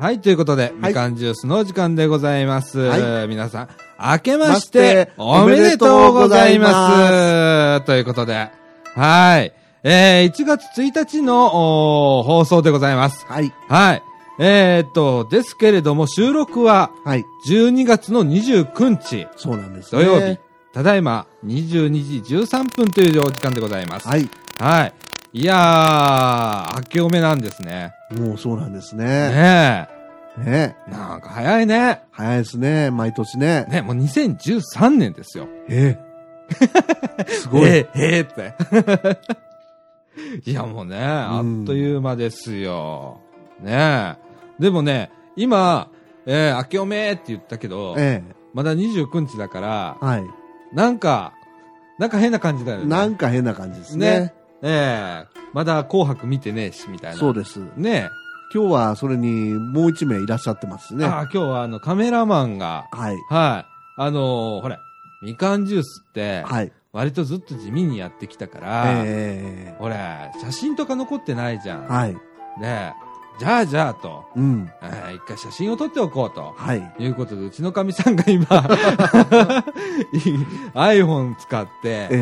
はい、ということで、 はいみかんジュースのお時間でございます。 はい、 皆さん、明けまして、おめでとうございます。ということで、はい。1月1日の放送でございます。 はい。 はい。ですけれども、収録は、12月の29日、 そうなんですね。 土曜日、ただいま22時13分というお時間でございます。 はい。 はい。いやー、明けおめなんですね。 もうそうなんですね。 ねえ。ねえ。なんか早いね。 早いですね、毎年ね。 ね、もう2013年ですよ。 すごい。 って。いやもうね、あっという間ですよ。ねえ。でもね、今、明けおめって言ったけど、まだ29日だから、 はい。 なんか変な感じだよね。 なんか変な感じですね。 まだ紅白見てねえし、みたいな。 そうです。 ね今日はそれにもう一名いらっしゃってますね。 今日はカメラマンが、 はい。 はい。ほれ、みかんジュースって、 はい。 割とずっと地味にやってきたから、ほれ、写真とか残ってないじゃん。 はい。 で、じゃあと、一回写真を撮っておこうと、いうことで、うちのかみさんが今、iPhone 使って、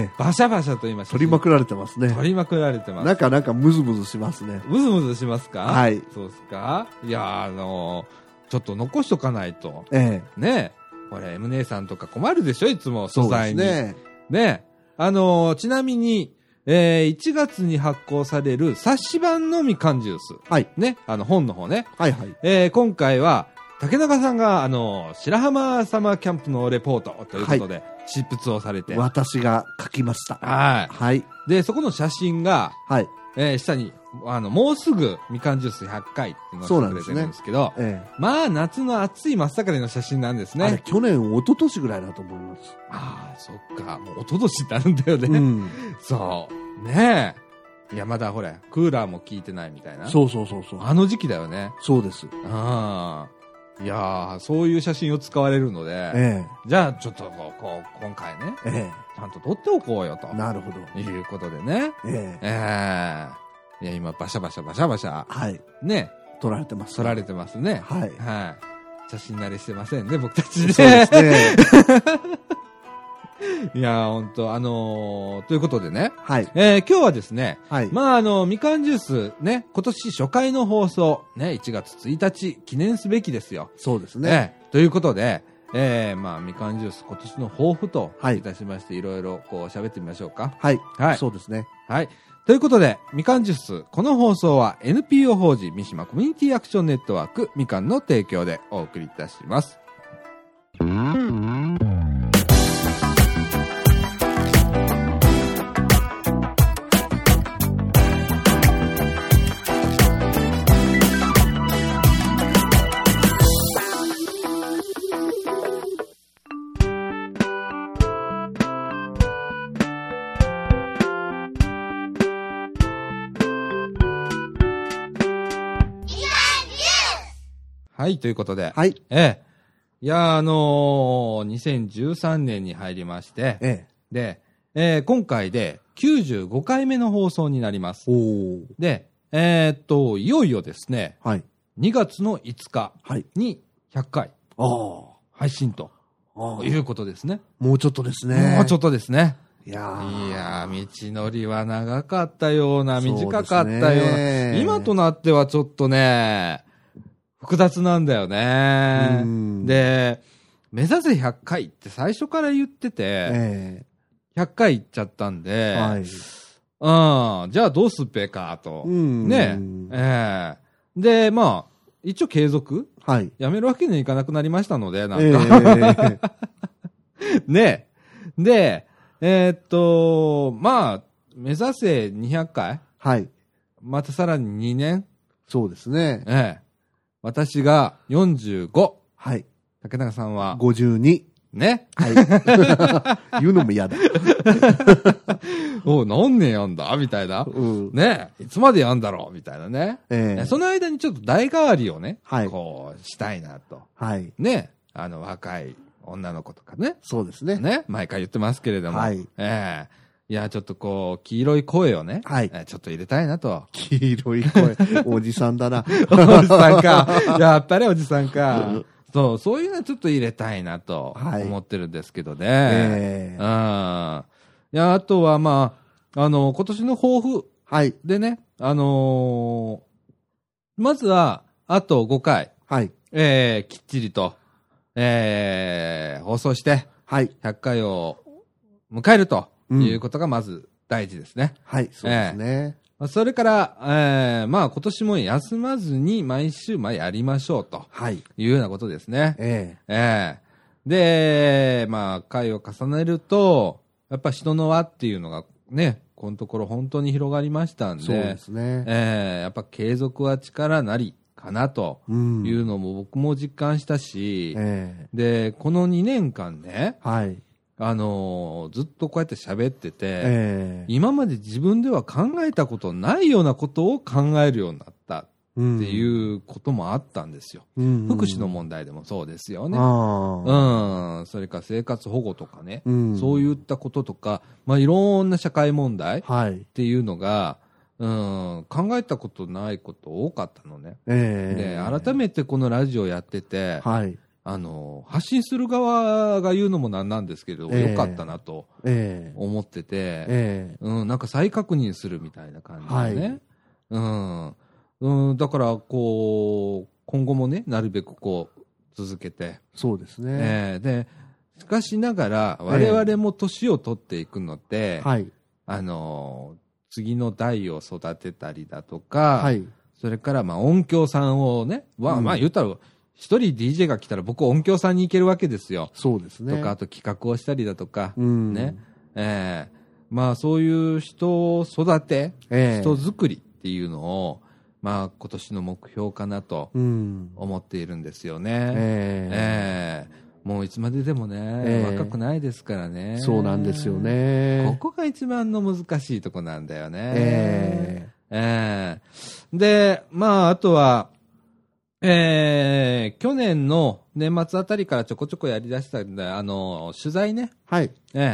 バシャバシャと今、 撮りまくられてますね。 撮りまくられてます。 なんかムズムズしますね。 ムズムズしますか？ はい。 そうですか？いや、ちょっと残しとかないと。ね。これ、M 姉さんとか困るでしょいつも、素材に。そうですね。ね。ちなみに、1月に発行される冊子版のみかんジュース。はい。ね。本の方ね。はいはい。今回は、竹中さんが、白浜サマーキャンプのレポートということで、執筆をされて。 私が書きました。 はい。はい。で、そこの写真が、はい。下に、もうすぐみかんジュース100回っていうのをしてくれてるんですけど、まあ、夏の暑い真っ盛りの写真なんですね。 あれ、去年、一昨年ぐらいだと思います。 ああ、そっか。もう一昨年ってあるんだよね。そう。ねえ。いや、まだほら、クーラーも効いてないみたいな。そう。あの時期だよね。 そうです。 いやー、そういう写真を使われるので、じゃあ、ちょっと今回ね、ちゃんと撮っておこうよと。 なるほど。 いうことでね。いや、今、バシャバシャ。はい。ね。 撮られてます。 撮られてますね。はい。はい。写真慣れしてませんね、僕たちね。 そうですね。 いや、ほんと、ということでね。はい。今日はですね。はい。まあ、みかんジュースね、今年初回の放送、ね、1月1日、記念すべきですよ。 そうですね。 ということで、まあ、みかんジュース、今年の抱負と、いたしまして、いろいろ、喋ってみましょうか。 はい。はい。そうですね。 はい。ということで、みかんジュース、この放送は NPO 法人三島コミュニティアクションネットワークみかんの提供でお送りいたします。はい、ということで。はい。いや、2013年に入りまして、で、今回で95回目の放送になります。で、いよいよですね、はい。2月の5日に100回配信ということですね。 もうちょっとですね。 もうちょっとですね。 いや道のりは長かったような、短かったような、今となってはちょっとね、複雑なんだよね。で、目指せ100回って最初から言ってて、100回いっちゃったんで、じゃあどうすっぺかと。ねで、まあ、一応継続やめるわけにはいかなくなりましたので、なんか。ねで、まあ、目指せ200回またさらに2年そうですね。 私が45。はい。竹中さんは 52。 ね。 はい。言うのも嫌だ。 何年やんだみたいな。ね。いつまでやんだろうみたいなね。その間にちょっと代替わりをね、したいなと。はい。ね。若い女の子とかね。 そうですね。 ね。毎回言ってますけれども。はい。 いや、ちょっとこう、黄色い声をね、 はいちょっと入れたいなと。 黄色い声、おじさんだな。 おじさんか。やっぱりおじさんか。そういうのはちょっと入れたいなと思ってるんですけどね。いや、あとはまあ、今年の抱負でね、まずは、あと5回、 はい。 きっちりと、放送して、 はい。 100回を迎えるということがまず大事ですね。 はい、そうですね。 それから、まあ今年も休まずに毎週やりましょうというようなことですね。で、まあ回を重ねると、やっぱ人の輪っていうのがね、このところ本当に広がりましたんで、 そうですね。 やっぱ継続は力なりかなというのも僕も実感したし、で、この2年間ね、 はい。 ずっとこうやって喋ってて、今まで自分では考えたことないようなことを考えるようになったっていうこともあったんですよ。福祉の問題でもそうですよね。それから生活保護とかね、そういったこととか、まあいろんな社会問題っていうのが、考えたことないこと多かったのね。で、改めてこのラジオやってて、発信する側が言うのもなんなんですけど、よかったなと思ってて、なんか再確認するみたいな感じでね。だから、こう、今後もね、なるべくこう、続けて。 そうですね。 で、しかしながら、我々も年を取っていくので、次の代を育てたりだとか、それから、まあ、音響さんをね、まあ、言ったら、一人 DJ が来たら僕音響さんに行けるわけですよ。 そうですね。 とか、あと企画をしたりだとか、ね。まあそういう人を育て、人作りっていうのを、まあ今年の目標かなと思っているんですよね。もういつまででもね、若くないですからね。 そうなんですよね。 ここが一番の難しいとこなんだよね。で、まああとは、去年の年末あたりからちょこちょこやり出したんで、取材ね。取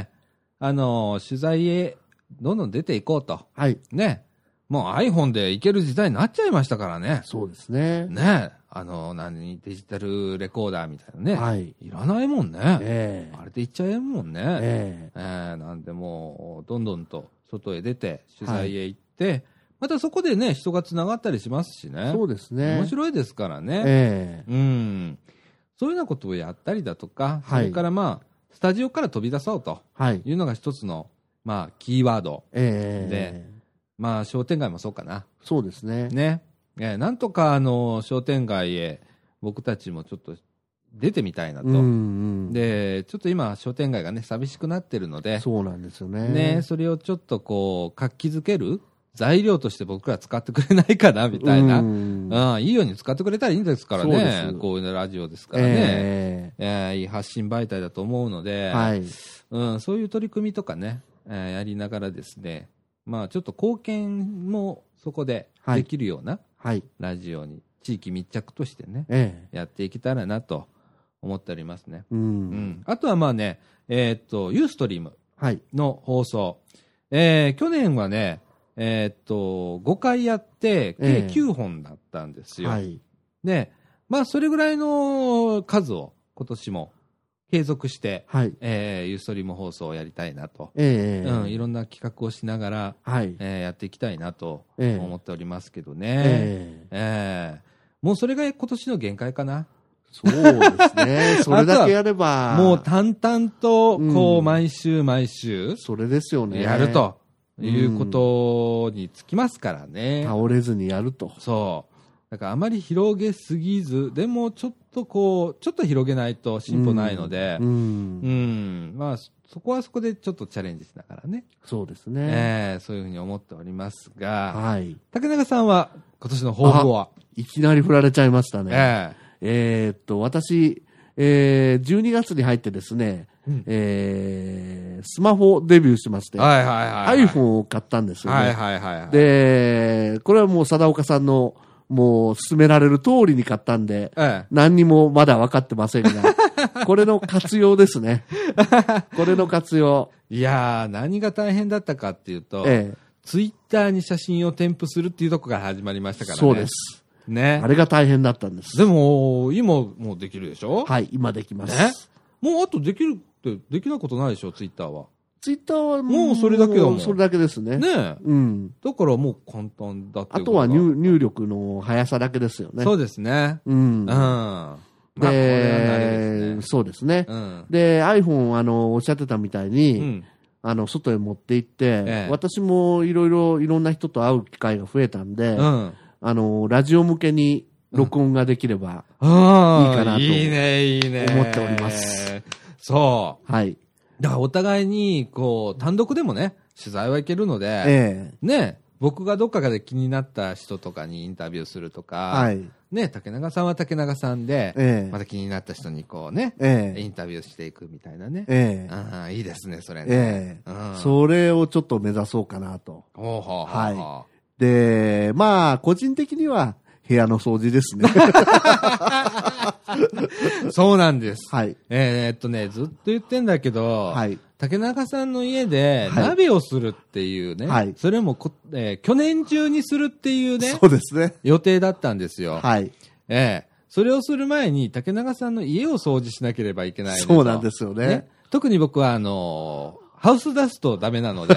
材へどんどん出ていこうと。ね。もう iPhone でいける時代になっちゃいましたからね。 そうですね。 ね。デジタルレコーダーみたいなね。いらないもんね。あれでいっちゃえんもんね。なんでもう、どんどんと外へ出て、取材へ行って、またそこでね、人がつながったりしますしね。 そうですね。 面白いですからね。そういうようなことをやったりだとか、それからまあ、スタジオから飛び出そうというのが一つの、まあ、キーワードで、まあ、商店街もそうかな。 そうですね。 ね。なんとか、商店街へ僕たちもちょっと出てみたいなと。で、ちょっと今、商店街がね、寂しくなってるので、 そうなんですよね。 ね、それをちょっとこう、活気づける材料として僕ら使ってくれないかなみたいな、いいように使ってくれたらいいんですからね、こういうラジオですからね、いい発信媒体だと思うので、そういう取り組みとかね、やりながらですね、まあちょっと貢献もそこでできるようなラジオに地域密着としてね、やっていけたらなと思っておりますね。あとはまあね、ユーストリームの放送、去年はね、5回やって、計9本だったんですよ。で、まあ、それぐらいの数を今年も継続して、ユーストリーム放送をやりたいなと。いろんな企画をしながら、やっていきたいなと思っておりますけどね。もうそれが今年の限界かな。 そうですね。それだけやれば。 もう淡々と、こう、毎週毎週、 それですよね。 やると。いうことにつきますからね。 倒れずにやると。 そう。だからあまり広げすぎず、でもちょっとこう、ちょっと広げないと進歩ないので、まあ、そこはそこでちょっとチャレンジしながらね。 そうですね。 そういうふうに思っておりますが、竹中さんは今年の抱負は？ いきなり振られちゃいましたね。私、12月に入ってですね、スマホデビューしまして、iPhone を買ったんですよね。で、これはもう貞岡さんのもう進められる通りに買ったんで、何にもまだ分かってませんが、これの活用ですね。これの活用。 いやー、何が大変だったかっていうと、ツイッターに写真を添付するっていうとこから始まりましたからね。 そうです。ね。あれが大変だったんです。 でも、今もうできるでしょ？ はい、今できます。 ね。もうあとできるってできないことないでしょ、ツイッターは。 ツイッターはもうそれだけだもん。 それだけですね。 ねえ。うん。だからもう簡単だってあとは入力の速さだけですよね。 そうですね。 うん。 で、 そうですね。で、iPhone、おっしゃってたみたいに、外へ持って行って、私もいろんな人と会う機会が増えたんで、ラジオ向けに録音ができればいいかなと思っております。 そう。 はい。 だからお互いに、単独でもね、取材はいけるので、ね、僕がどっかで気になった人とかにインタビューするとか、ね、竹永さんは竹永さんで、また気になった人にインタビューしていくみたいなね。いいですね、それね。 それをちょっと目指そうかなと。はい。で、まあ、個人的には部屋の掃除ですね。 そうなんです。 はい。 ずっと言ってんだけど、竹中さんの家で鍋をするっていうね、それも去年中にするっていうね、 そうですね。 予定だったんですよ。 はい。 それをする前に竹中さんの家を掃除しなければいけない。 そうなんですよね。 特に僕はハウスダストダメなので、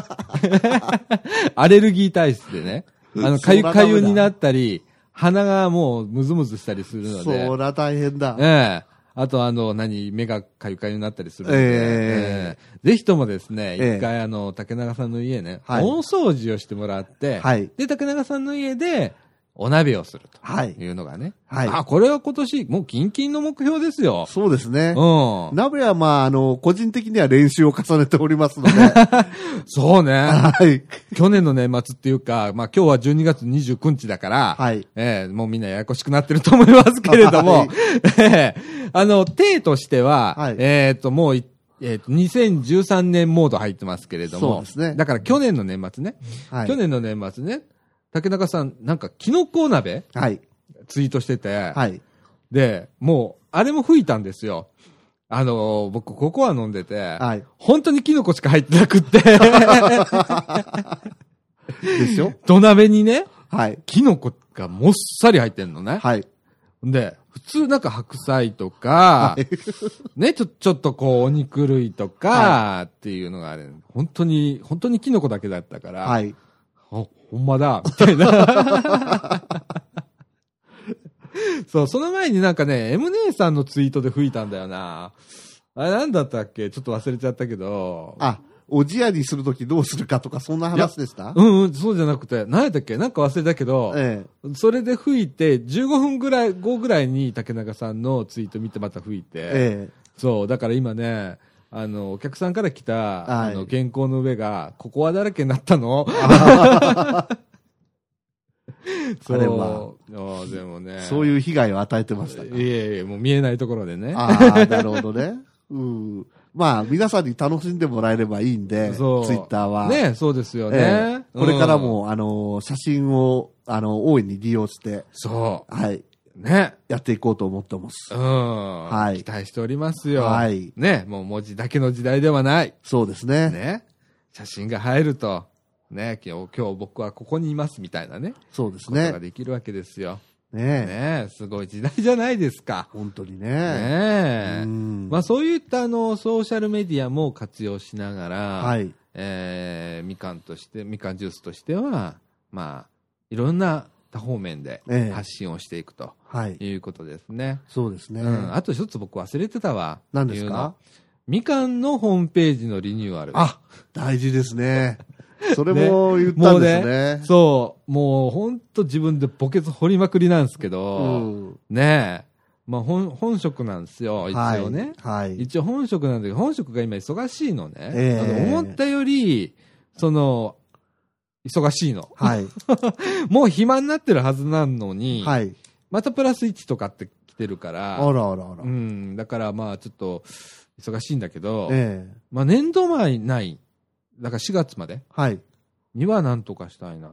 アレルギー体質でね、かゆになったり、鼻がもうムズムズしたりするので。 そら大変だ。 あと目がかゆになったりするので、ぜひともですね、一回竹永さんの家ね、大掃除をしてもらって、で、竹永さんの家で、お鍋をするというのがね。これは今年、もうキンキンの目標ですよ。 そうですね。鍋はまあ、個人的には練習を重ねておりますので。 そうね。去年の年末っていうか、まあ今日は12月29日だから、もうみんなややこしくなってると思いますけれども、体としては、もう、2013年モード入ってますけれども、 そうですね。 だから去年の年末ね。去年の年末ね。竹中さん、なんか、キノコ鍋ツイートしてて、で、もう、あれも吹いたんですよ。僕、ココア飲んでて、本当にキノコしか入ってなくって。 でしょ？ 土鍋にね、キノコがもっさり入ってんのね。で、普通なんか白菜とか、ね、ちょっとお肉類とか、っていうのがある。本当にキノコだけだったから、ほんまだ、みたいな。そう、その前になんかね、M 姉さんのツイートで吹いたんだよな。あれなんだったっけ？ちょっと忘れちゃったけど。 おじやにするときどうするかとか、そんな話でした？ そうじゃなくて、何やったっけ？なんか忘れたけど、それで吹いて、15分ぐらい後ぐらいに竹中さんのツイート見てまた吹いて、そう、だから今ね、お客さんから来た、原稿の上が、ココアだらけになったの。 そう。 でもね。 そういう被害を与えてましたか。 いえ、もう見えないところでね。 なるほどね。まあ、皆さんに楽しんでもらえればいいんで、ツイッターは。 ね、そうですよね。 これからも、写真を、大いに利用して。 そう。 ね。やっていこうと思ってます。 期待しておりますよ。ね。もう文字だけの時代ではない。 そうですね。 ね。写真が入ると、ね、今日僕はここにいますみたいなね。 そうですね。 ことができるわけですよ。 ねすごい時代じゃないですか。 本当にね。 まあそういったソーシャルメディアも活用しながら、みかんジュースとしては、まあ、いろんな多方面で発信をしていくということですね。 そうですね。 あと一つ僕忘れてたわ。 何ですか？ みかんのホームページのリニューアル。 大事ですね。それも言ったんですね。 そう。もう本当自分で墓穴掘りまくりなんですけど、ねえ。まあ本職なんですよ、一応ね。一応本職なんだけど、本職が今忙しいのね。思ったより、忙しいの。もう暇になってるはずなのに、またプラス1とかって来てるから、だからまあちょっと忙しいんだけど、まあ年度前ない。だから4月までにはなんとかしたいなと。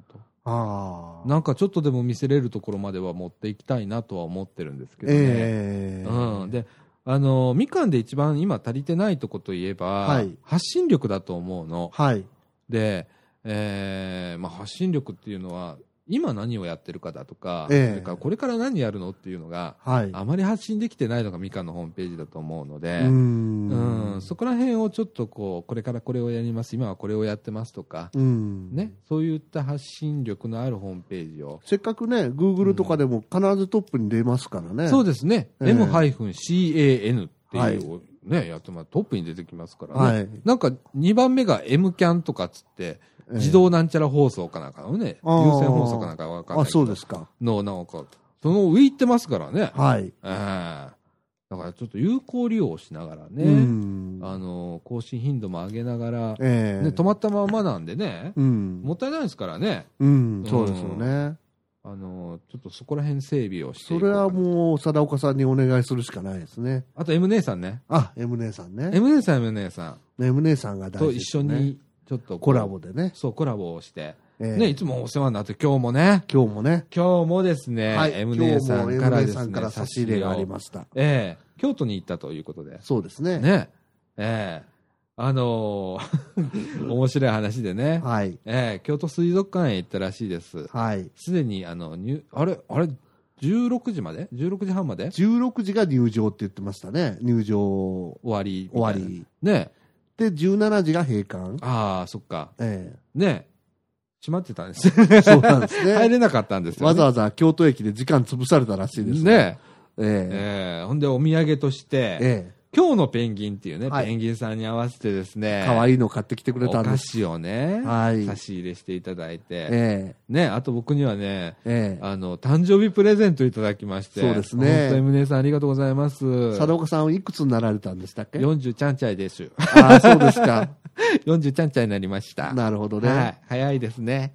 なんかちょっとでも見せれるところまでは持っていきたいなとは思ってるんですけどね。で、みかんで一番今足りてないとこといえば、発信力だと思うの。で、発信力っていうのは、今何をやってるかだとか、それからこれから何やるのっていうのが、あまり発信できてないのがみかんのホームページだと思うので、そこら辺をちょっとこれからこれをやります、今はこれをやってますとか、ね、そういった発信力のあるホームページを。 せっかくね、Google とかでも必ずトップに出ますからね。 そうですね。M-CAN っていうね、やってもトップに出てきますからね。なんか2番目が MCAN とかっつって、自動なんちゃら放送かなんかのね、有線放送かなんかわかんないけど。 そうですか。 なんか、その上行ってますからね。だからちょっと有効利用しながらね、更新頻度も上げながら、止まったままなんでね、もったいないですからね。 そうですよね。 ちょっとそこら辺整備をしていそれはもう、貞岡さんにお願いするしかないですね。 あと M 姉さんね。 M 姉さんね。 M 姉さん。 M 姉さんが大事ですね。と一緒に、ちょっとコラボでね。 そう、コラボをして。ね、いつもお世話になって今日もですね、M 姉さんからですね、 差し入れがありました。 京都に行ったということで。 そうですね。 ね。面白い話でね。京都水族館へ行ったらしいです。すでに、あれ ?16 時まで ?16 時半まで ?16 時が入場って言ってましたね。入場終わり。 ね。で、17時が閉館。 そっか。ね。閉まってたんです。 そうなんですね。 入れなかったんですよ。 わざわざ京都駅で時間潰されたらしいですね。ほんでお土産として、今日のペンギンっていうね、ペンギンさんに合わせてですね、 可愛いの買ってきてくれたんです。 お菓子をね、差し入れしていただいて、ね、あと僕にはね、誕生日プレゼントいただきまして、 そうですね。 本当 M 姉さんありがとうございます。 貞岡さんいくつになられたんでしたっけ ?40 ちゃんちゃいです。 そうですか。 40ちゃんちゃいになりました。 なるほどね。 早いですね。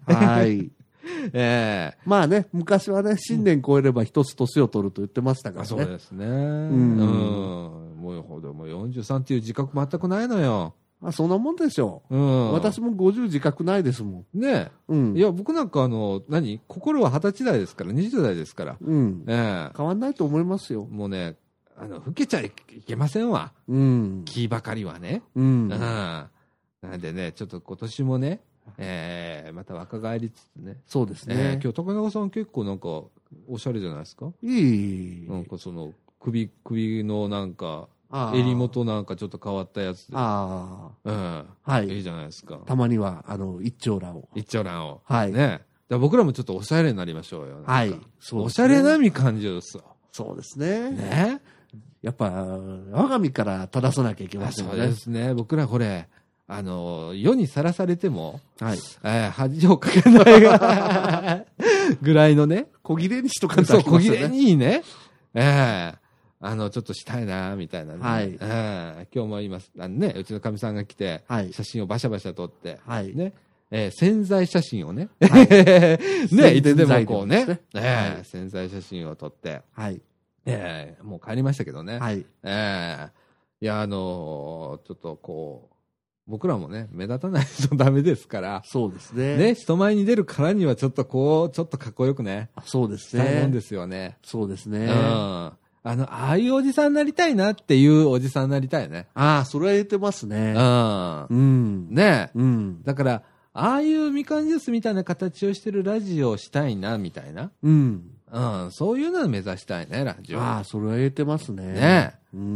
まあね、昔はね、新年超えれば一つ年を取ると言ってましたからね。 そうですね。もう43っていう自覚全くないのよ。 そんなもんでしょう。私も50自覚ないですもん。 ねいや、僕なんか心は20歳代ですから、20代ですから。 変わんないと思いますよ。 もうね、老けちゃいけませんわ。気ばかりはね。なんでね、ちょっと今年もね、また若返りつつね。 そうですね。 今日高中さん結構なんかおしゃれじゃないですか。なんかその首のなんか襟元なんかちょっと変わったやつで。いいじゃないですか。 たまには一長蘭を。 ね。僕らもちょっとおしゃれになりましょうよ。おしゃれなみ感じですよ。 そうですね。ね。やっぱ我が身から正さなきゃいけませんね。 そうですね。僕らこれ。世にさらされても、恥をかけないぐらいのね。 小切れにしとかんといけませんね。 小切れにいいね。ちょっとしたいな、みたいなね。今日も今、ね、うちのかみさんが来て、写真をバシャバシャ撮って、ね。宣材写真をね。ね、いつでもこうね。宣材写真を撮って、もう帰りましたけどね。いや、ちょっとこう、僕らもね、目立たないとダメですから。 そうですね。 ね、人前に出るからにはちょっとちょっとかっこよくね。 そうですね。 したいもんですよね。 そうですね。 ああいうおじさんになりたいなっていうおじさんになりたいね。 それは言ってますね。 ねだから、ああいうみかんジュースみたいな形をしてるラジオをしたいな、みたいな。そういうのを目指したいね、ラジオ。 それは言ってますね。 ね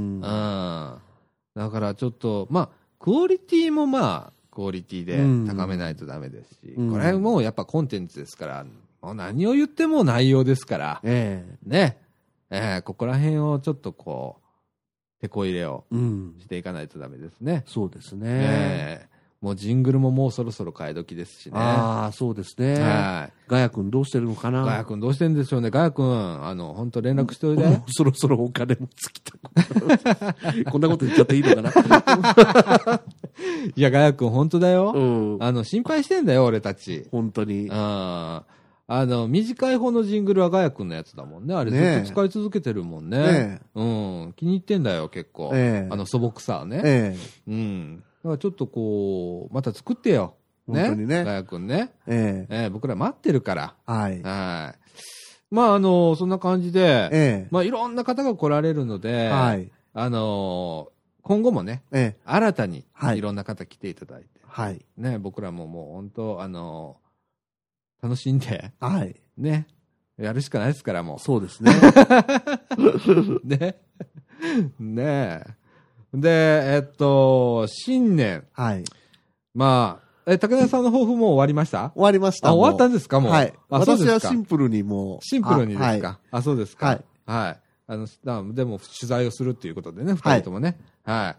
だからちょっと、クオリティもクオリティで高めないとダメですし、これもうやっぱコンテンツですから、もう何を言っても内容ですから、ね、ここら辺をちょっとこう、手こ入れをしていかないとダメですね。 そうですね。 もうジングルももうそろそろ変え時ですしね。 そうですね。ガヤ君どうしてるのかな。 ガヤ君どうしてるんでしょうね。ガヤ君、本当連絡しておいで。 そろそろお金も尽きた。こんなこと言っちゃっていいのかな。 いや、ガヤ君本当だよ。心配してんだよ、俺たち。 本当に。 短い方のジングルはガヤ君のやつだもんね。あれずっと使い続けてるもんね。気に入ってんだよ、結構。素朴さね。だからちょっとこう、また作ってよ。 本当にね。 ガヤ君ね。僕ら待ってるから。はい。はい。まあ、そんな感じで、まあ、いろんな方が来られるので、はい。今後もね、新たにいろんな方来ていただいて、はい。ね、僕らももう本当、楽しんで、はい。ね、やるしかないですから、もう。そうですね。ね。ねえ。で、新年。はい。まあ、武田さんの抱負も終わりました？終わりました。あ、終わったんですか、もう。はい。私はシンプルにもう。シンプルにですか。あ、そうですか。はい。はい。でも、取材をするっていうことでね、二人ともね。はい。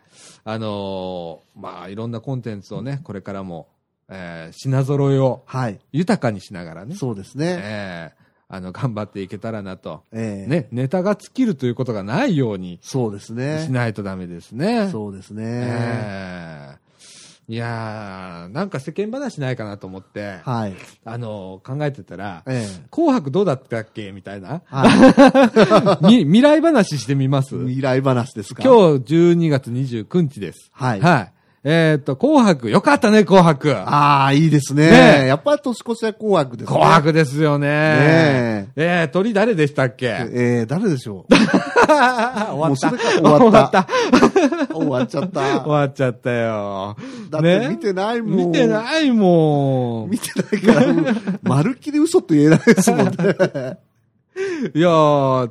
まあ、いろんなコンテンツをね、これからも、品揃えを、豊かにしながらね。そうですね。頑張っていけたらなと。ね、ネタが尽きるということがないように。そうですね。しないとダメですね。そうですね。いやー、なんか世間話ないかなと思って、はい。考えてたら、紅白どうだったっけみたいな。はい、未来話してみます？未来話ですか？今日12月29日です。はい。はい。紅白、よかったね、紅白。ああ、いいですね。ね、やっぱ年越しは紅白ですね。紅白ですよね。ね鳥誰でしたっけ？誰でしょう。終わった。終わった。終わっちゃった。終わっちゃったよ。だって見てないもん。見てないもん。見てないから、まるっきり嘘と言えないですもんね。いやー、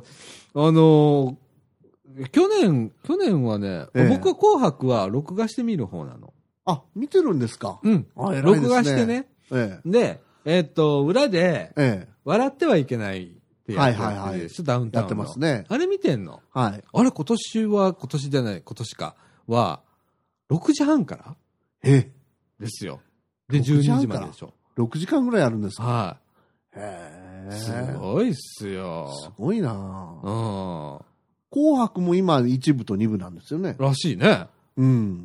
去年はね、僕は紅白は録画して見る方なの。あ、見てるんですか？うん。録画してね。で、裏で、笑ってはいけないってやってるでしょ、ダウンタウンの。やってますね。あれ見てんの？はい。あれ今年じゃない、今年かは、6時半からですよ。で、12時まででしょ。6時間ぐらいあるんですか？はい。へー。すごいっすよ。すごいなぁ。うん。紅白も今1部と2部なんですよね。らしいね。うん。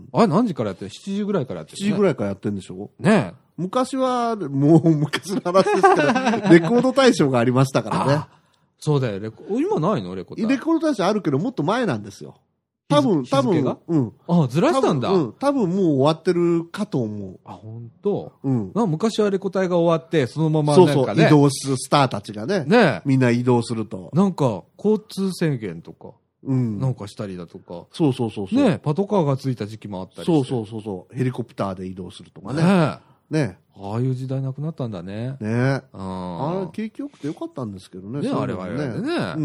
あれ何時からやってる？ 7 時ぐらいからやってる、ね。7時ぐらいからやってるんでしょ？ね。昔は、もう昔の話ですけど、レコード大賞がありましたからね。そうだよ、今ないの？レコード。レコード大賞あるけど、もっと前なんですよ。多分、うん。あ、ずらしたんだ。うん。多分もう終わってるかと思う。あ、本当。うん。昔はレコ大が終わって、そのままなんかね。そうそう、移動するスターたちがね。ね。みんな移動すると。なんか、交通制限とか。うん。なんかしたりだとか。そうそうそう。ね。パトカーがついた時期もあったりして。そうそうそう。ヘリコプターで移動するとかね。ね。ね。ああいう時代なくなったんだね。ね。あれ、景気良くてよかったんですけどね。ね、あれはあれでね。うん。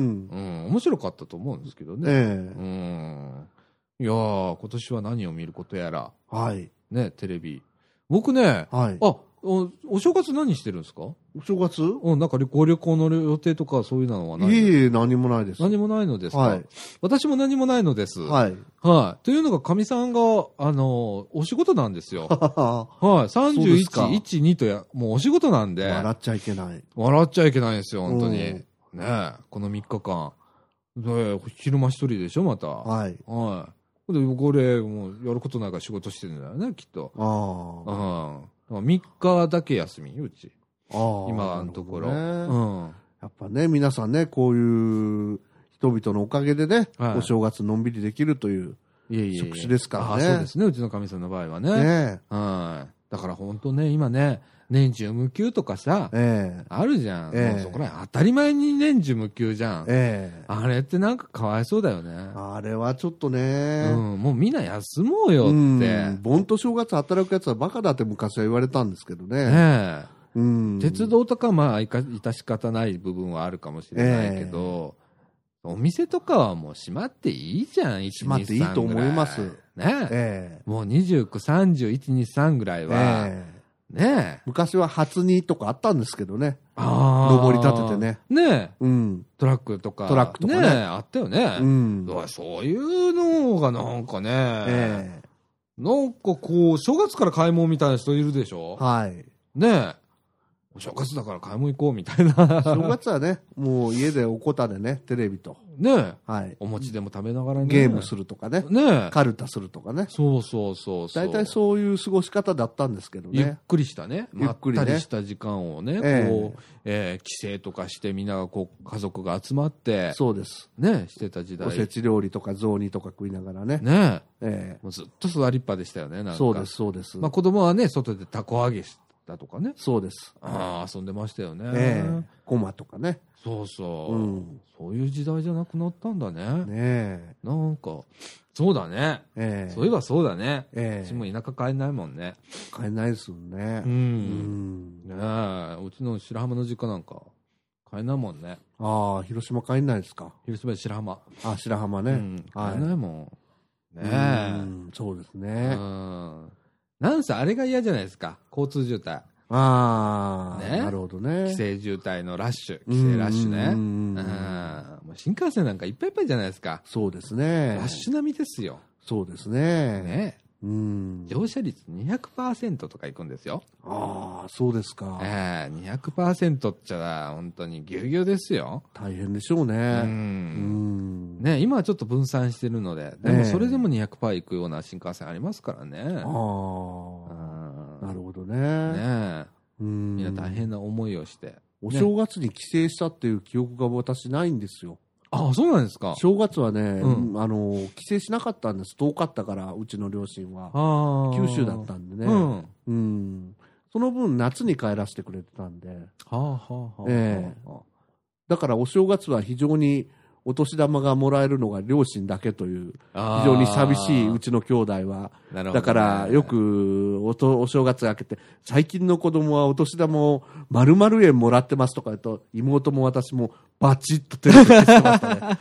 面白かったと思うんですけどね。いやー、今年は何を見ることやら。はい。ね、テレビ。僕ね、はい。お正月何してるんですか？お正月？なんかご旅行の予定とかそういうのはない？いえ、何もないです。何もないのですか？はい。私も何もないのです。はい。はい。というのが、かみさんが、お仕事なんですよ。はい。31、1、2ともうお仕事なんで。笑っちゃいけない。笑っちゃいけないんですよ、本当に。ねえ、この3日間。で、昼間一人でしょ、また。はい。はい。で、これ、もう、やることないから仕事してるんだよね、きっと。ああ。3日だけ休み、うち。今のところ。うん。やっぱね、皆さんね、こういう人々のおかげでね、お正月のんびりできるという職種ですからね。そうですね、うちのかみさんの場合はね。ね。はい。だから本当ね、今ね、年中無休とかさ、あるじゃん。もうそこら当たり前に年中無休じゃん。あれってなんかかわいそうだよね。あれはちょっとね。うん、もうみんな休もうよって。盆と正月働くやつはバカだって昔は言われたんですけどね。鉄道とかまあ致し方ない部分はあるかもしれないけど、お店とかはもう閉まっていいじゃん、1、2、3ぐらい。閉まっていいと思います。ね。もう29、30、1、2、3ぐらいは、ねえ。昔は初荷とかあったんですけどね。登り立ててね。ねえ。うん。トラックとか。トラックとかね。あったよね。うん。そういうのがなんかね。なんかこう、正月から買い物みたいな人いるでしょ？はい。ねえ。お正月だから買い物行こうみたいな。正月はね、もう家でおこたでね、テレビと。ねえ。はい。お餅でも食べながらね。ゲームするとかね。ねえ。カルタするとかね。そうそうそう。大体そういう過ごし方だったんですけどね。ゆっくりしたね。ゆっくりまったりした時間をね、こう、帰省とかしてみんながこう、家族が集まって。そうです。ね、してた時代。おせち料理とか雑煮とか食いながらね。ねえ。もうずっと座りっぱでしたよね、なんか。そうです、そうです。まあ子供はね、外でたこ揚げだとかね。 そうです。 遊んでましたよね。 コマとかね。 そうそう。そういう時代じゃなくなったんだね。なんか、そうだね。そういえばそうだね。私も田舎帰んないもんね。 帰んないですもんね。 うちの白浜の実家なんか、帰んないもんね。 広島帰んないですか。 広島で白浜。 白浜ね。 帰んないもん。 そうですね。 なんせあれが嫌じゃないですか。交通渋滞。 なるほどね。 帰省渋滞のラッシュ。帰省ラッシュね。もう新幹線なんかいっぱいいっぱいじゃないですか。 そうですね。 ラッシュ並みですよ。 そうですね。 乗車率 200% とかいくんですよ。 そうですか。 200% っちゃ本当にぎゅうぎゅうですよ。 大変でしょうね。 ね、今はちょっと分散してるので、でもそれでも 200% いくような新幹線ありますからね。 なるほどね。 みんな大変な思いをして。 お正月に帰省したっていう記憶が私ないんですよ。 そうなんですか。 正月はね、帰省しなかったんです。遠かったから、うちの両親は。九州だったんでね。その分、夏に帰らせてくれてたんで。だから、お正月は非常にお年玉がもらえるのが両親だけという、非常に寂しいうちの兄弟は。だから、よくお正月明けて、最近の子供はお年玉を〇〇円もらってますとか言うと、妹も私もバチッと手を振ってましたね。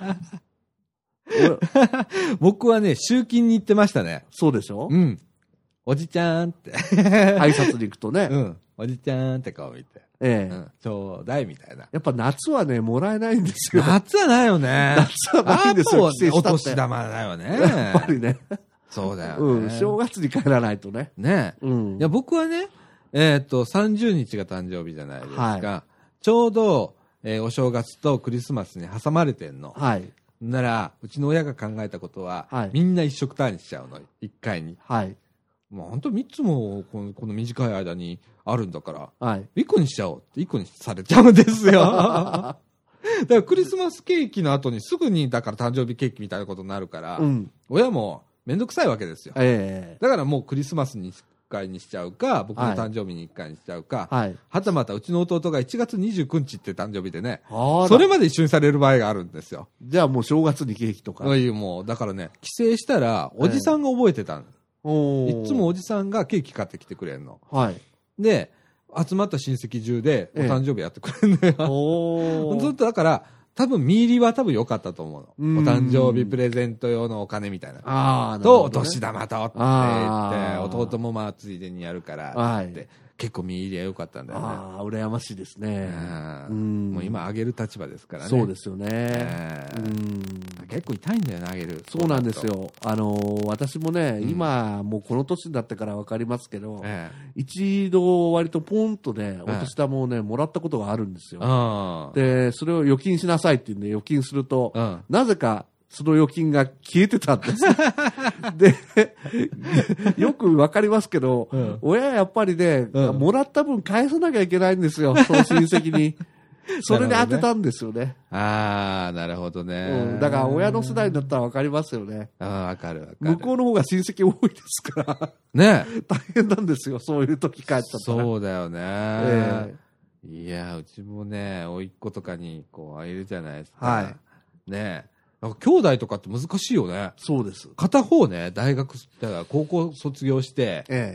僕はね、集金に行ってましたね。 そうでしょ？ おじちゃんって。 挨拶に行くとね。 おじちゃんって顔見て。ちょうだいみたいな。 やっぱ夏はね、もらえないんですよ。 夏はないよね。 夏はないんですよ。 お年玉だよね。 やっぱりね。 そうだよね。 正月に帰らないとね。 ね。いや、僕はね、30日が誕生日じゃないですか。ちょうど、お正月とクリスマスに挟まれてんの。なら、うちの親が考えたことは、みんな一食単位にしちゃうの。一回に。もう本当3つもこの短い間にあるんだから、1個にしちゃおうって1個にされちゃうんですよ。だからクリスマスケーキの後にすぐにだから誕生日ケーキみたいなことになるから、親もめんどくさいわけですよ。だからもうクリスマスに1回にしちゃうか、僕の誕生日に1回にしちゃうか、はたまたうちの弟が1月29日って誕生日でね、それまで一緒にされる場合があるんですよ。 じゃあもう正月にケーキとか。 もうだからね、帰省したらおじさんが覚えてたんです。いつもおじさんがケーキ買ってきてくれるの。で、集まった親戚中でお誕生日やってくれるんだよ。ずっとだから、多分見入りは多分良かったと思うの。お誕生日プレゼント用のお金みたいな。と、お年玉とって言って、弟もまあついでにやるからって。結構見入りは良かったんだよね。 羨ましいですね。 もう今あげる立場ですからね。 そうですよね。 結構痛いんだよね、あげる。 そうなんですよ。私もね、今もうこの年になってから分かりますけど、一度割とポンとね、お年玉をね、もらったことがあるんですよ。で、それを預金しなさいって言うんで預金すると、なぜか、その預金が消えてたんです。で、よくわかりますけど、親はやっぱりね、もらった分返さなきゃいけないんですよ、その親戚に。それで当てたんですよね。 なるほどね。 だから親の世代だったらわかりますよね。 わかるわかる。 向こうの方が親戚多いですから。 ね。 大変なんですよ、そういう時帰っちゃったら。 そうだよね。いや、うちもね、甥っ子とかにこう、いるじゃないですか。ね。兄弟とかって難しいよね。 そうです。 片方ね、だから高校卒業して、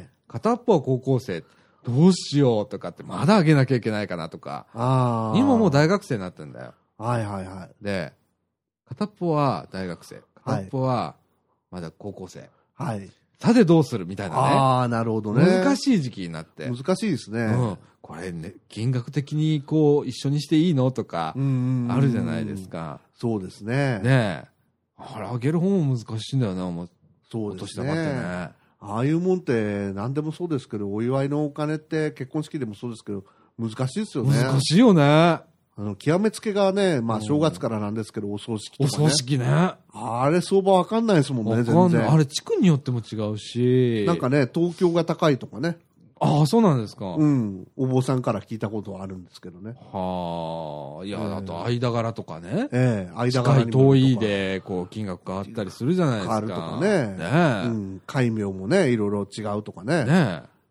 片っぽは高校生、どうしようとかって、まだあげなきゃいけないかなとか、今もう大学生になってんだよ。で、片っぽは大学生、片っぽはまだ高校生。さてどうするみたいなね。 なるほどね。 難しい時期になって。 難しいですね。 これね、金額的にこう、一緒にしていいのとか、あるじゃないですか。 そうですね。 ねえ。あげる方も難しいんだよな、 そうですね。 お年玉ってね。 ああいうもんって何でもそうですけど、お祝いのお金って結婚式でもそうですけど、難しいですよね。 難しいよね。 極めつけがね、まあ正月からなんですけど、お葬式とかね。 お葬式ね。 あれ相場わかんないですもんね、全然。 あれ地区によっても違うし。 なんかね、東京が高いとかね。 そうなんですか。 お坊さんから聞いたことはあるんですけどね。 いや、あと間柄とかね。 間柄近い遠いで、こう、金額変わったりするじゃないですか。 変わるとかね。戒名もね、いろいろ違うとかね。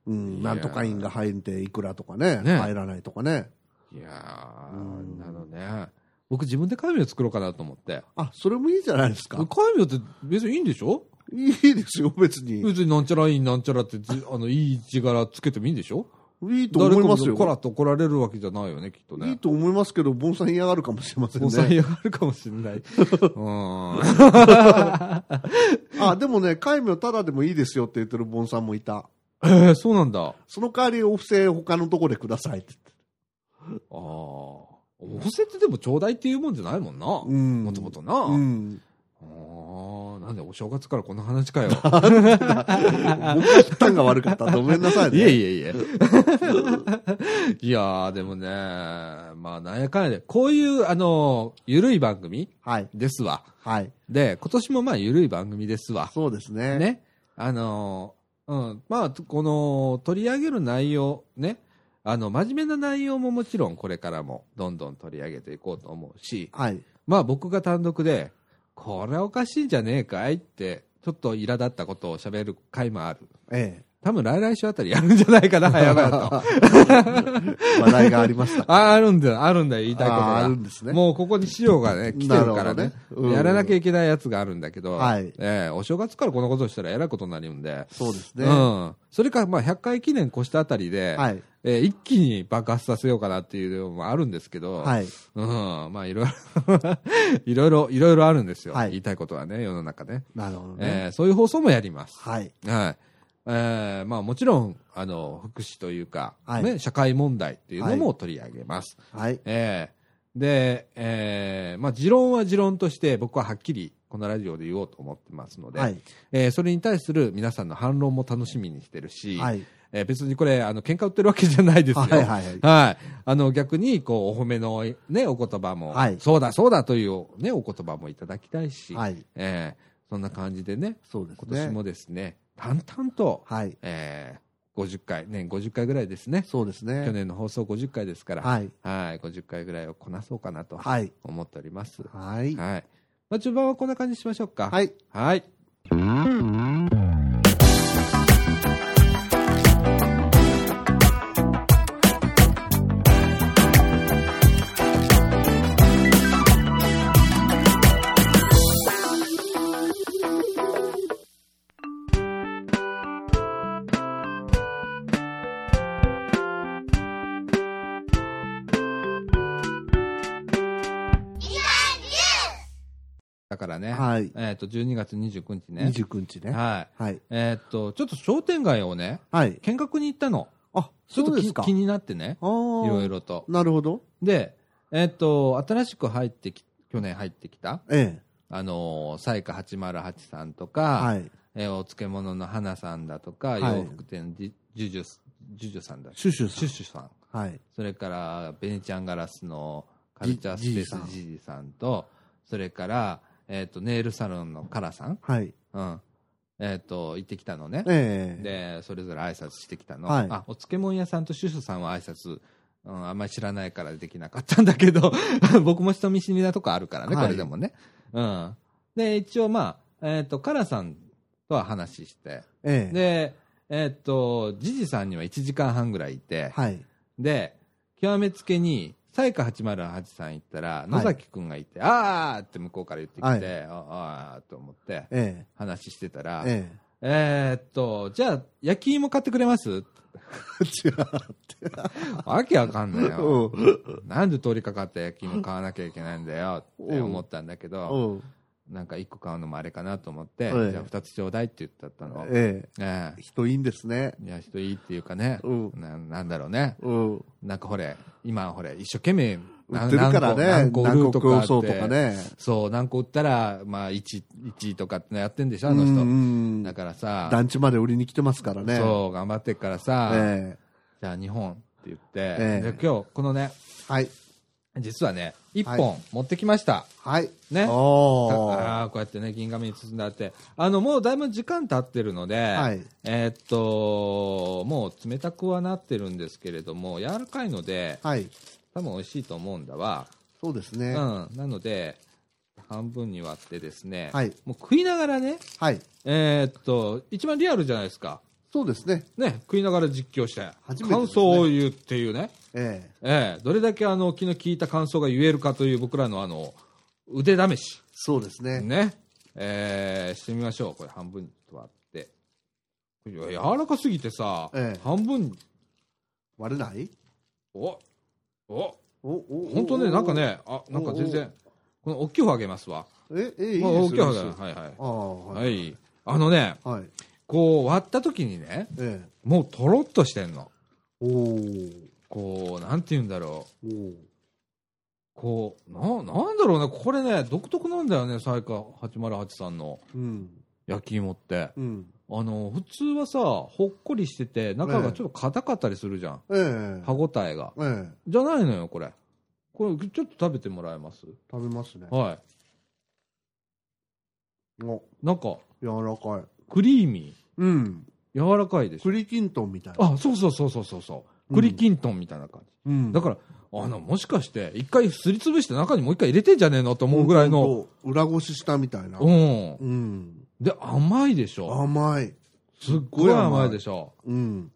なんとか院が入っていくらとかね、入らないとかね。 いやー、なのね。僕自分で戒名作ろうかなと思って。 あ、それもいいじゃないですか。 戒名って別にいいんでしょ？ いいですよ、別に。 別になんちゃらいいなんちゃらって、いい字柄つけてもいいんでしょ？ いいと思いますよ。 誰かからと怒られるわけじゃないよね、きっとね。 いいと思いますけど、ボンさん嫌がるかもしれませんね。 ボンさん嫌がるかもしれない。 あ、でもね、戒名ただでもいいですよって言ってるボンさんもいた。 そうなんだ。 その代わりお布施他のとこでくださいって言って。 ああ。お布施ってでもちょうだいっていうもんじゃないもんな。もともとな。なんでお正月からこんな話かよ。僕が負担が悪かった。ごめんなさいね。 いえいえいえ。いやー、でもね、まあ、なんやかんやで、こういう、ゆるい番組ですわ。 はい。 で、今年もまあ、ゆるい番組ですわ。 そうですね。 ね。まあ、この、取り上げる内容、ね。真面目な内容ももちろんこれからもどんどん取り上げていこうと思うし、 はい。 まあ僕が単独で、これおかしいんじゃねえかいって、ちょっと苛立ったことを喋る回もある。多分来々週あたりやるんじゃないかな、早々と。 話題がありました。 あるんだよ、言いたいことが。 あるんですね。 もうここに資料がね、来てるからね。やらなきゃいけないやつがあるんだけど、お正月からこのことをしたらえらいことになるんで。 そうですね。 それからまあ100回記念越したあたりで、一気に爆発させようかなっていうのもあるんですけど、まあいろいろあるんですよ。言いたいことはね、世の中ね。 なるほどね。 そういう放送もやります。 はい。 まあもちろん、福祉というか、ね、社会問題っていうのも取り上げます。 はい。 で、まあ持論は持論として僕ははっきりこのラジオで言おうと思ってますので、それに対する皆さんの反論も楽しみにしてるし、別にこれ、喧嘩売ってるわけじゃないですよ。逆に、こう、お褒めのね、お言葉も、そうだ、そうだというね、お言葉もいただきたいし、そんな感じでね、今年もですね、淡々と、50回、年50回ぐらいですね。 そうですね。 去年の放送50回ですから、50回ぐらいをこなそうかなと思っております。まあ、序盤はこんな感じしましょうか。はい。だからね、12月29日ね。 29日ね。 ちょっと商店街をね、見学に行ったの。ちょっと気になってね、いろいろと。 なるほど。 で、新しく去年入ってきた、彩花808さんとか、お漬物の花さんだとか、洋服店ジュジュさんだ。 シュシュさん。それから、ベネチアンガラスのカルチャースペースジジさんと、それから、ネイルサロンのカラさん。行ってきたのね。で、それぞれ挨拶してきたの。お漬物屋さんとシュシュさんは挨拶、あんまり知らないからできなかったんだけど、僕も人見知りなとこあるからね、これでもね。で、一応まあ、カラさんとは話して、で、ジジさんには1時間半ぐらいいて、で、極めつけに、彩花808さん行ったら、野崎くんがいて、あーって向こうから言ってきて、あーと思って、話してたら、じゃあ、焼き芋買ってくれます？違うって。わけわかんないよ。なんで通りかかった焼き芋買わなきゃいけないんだよって思ったんだけど、なんか1個買うのもあれかなと思って、じゃあ2つちょうだいって言ってたの。 人いいんですね。 いや、人いいっていうかね、なんだろうね。なんか今一生懸命、 売ってるからね。 何個売るとかとかね。 そう、何個売ったら、まあ1位とかってやってんでしょ、あの人。だからさ。 団地まで売りに来てますからね。 そう、頑張ってっからさ、じゃあ2本って言って、で今日、このね、実はね、1本持ってきました。ね。こうやってね、銀紙に包んであって、もうだいぶ時間経ってるので、もう冷たくはなってるんですけれども、柔らかいので、多分美味しいと思うんだわ。 そうですね。 なので、半分に割ってですね、もう食いながらね、一番リアルじゃないですか。 そうですね。 ね、食いながら実況して、感想を言うっていうね。どれだけ昨日聞いた感想が言えるかという僕らの腕試し。 そうですね。 ね。してみましょう。これ半分に割って。柔らかすぎてさ、半分割れない？ 本当ね、なんかね、なんか全然、この大きい方あげますわ。 いいですよ。 大きい方あげます。はい。はい。こう割った時にね、もうとろっとしてんの。こう、なんて言うんだろう。こう、なんだろうね、これね、独特なんだよね、彩華808さんの焼き芋って。普通はさ、ほっこりしてて、中がちょっと硬かったりするじゃん。歯応えが。じゃないのよ、これ。これ、ちょっと食べてもらえます？ 食べますね。 はい。なんか、 柔らかい。 クリーミー。柔らかいでしょ。 栗きんとんみたいな。 そう。栗きんとんみたいな感じ。だから、もしかして、一回すりつぶして中にもう一回入れてんじゃねえのと思うぐらいの。 裏ごししたみたいな。 で、甘いでしょ。 甘い。 すっごい甘いでしょ。こ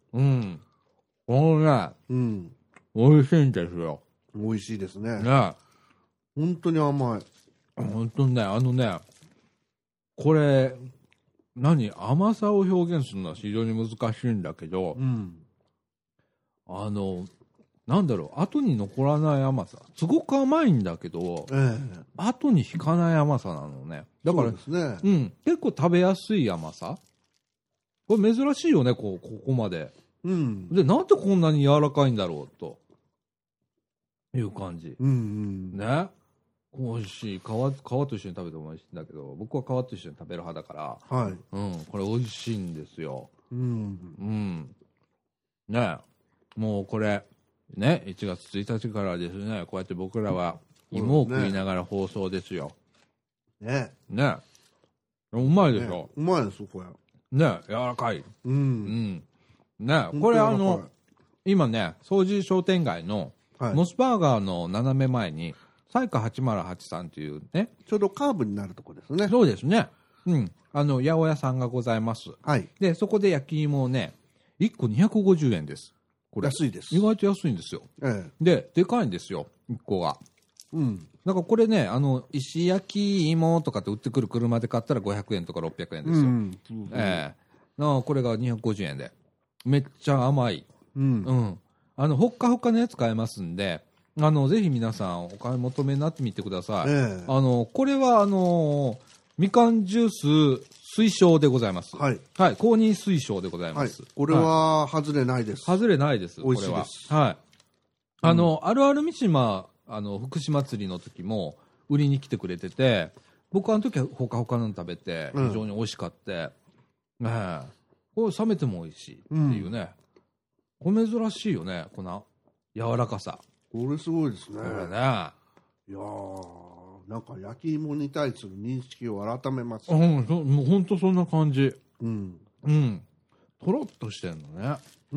のね、美味しいんですよ。 美味しいですね。本当に甘い。 本当にね、これ、甘さを表現するのは非常に難しいんだけど、なんだろう、後に残らない甘さ。すごく甘いんだけど、後に引かない甘さなのね。だから、結構食べやすい甘さ。これ珍しいよね、ここまで。で、なんでこんなに柔らかいんだろう、という感じ。ね。美味しい。皮と一緒に食べても美味しいんだけど、僕は皮と一緒に食べる派だから、これ美味しいんですよ。ね。もうこれ、ね、1月1日からですね、こうやって僕らは芋を食いながら放送ですよ。ね。うまいでしょ。 うまいですよ、これ。 ね、柔らかい。ね、これ今ね、総持商店街のモスバーガーの斜め前に、彩華8083っていうね。 ちょうどカーブになるとこですね。 そうですね。八百屋さんがございます。で、そこで焼き芋をね、1個250円です。これ安いです。 意外と安いんですよ。で、でかいんですよ、1個が。だからこれね、石焼き芋とかって売ってくる車で買ったら500円とか600円ですよ。これが250円で。めっちゃ甘い。ほっかほかのやつ買えますんで、ぜひ皆さんお買い求めになってみてください。これはみかんジュース推奨でございます。公認推奨でございます。 これは外れないです。 外れないです。 美味しいです。 あるある三島福島祭りの時も売りに来てくれてて、僕は時はほかほかの食べて非常に美味しかった。これ冷めても美味しいっていうね。これ珍しいよね、この柔らかさ。 これすごいですね。 これね。 いやなんか焼き芋に対する認識を改めます。 もう本当そんな感じ。とろっとしてんのね。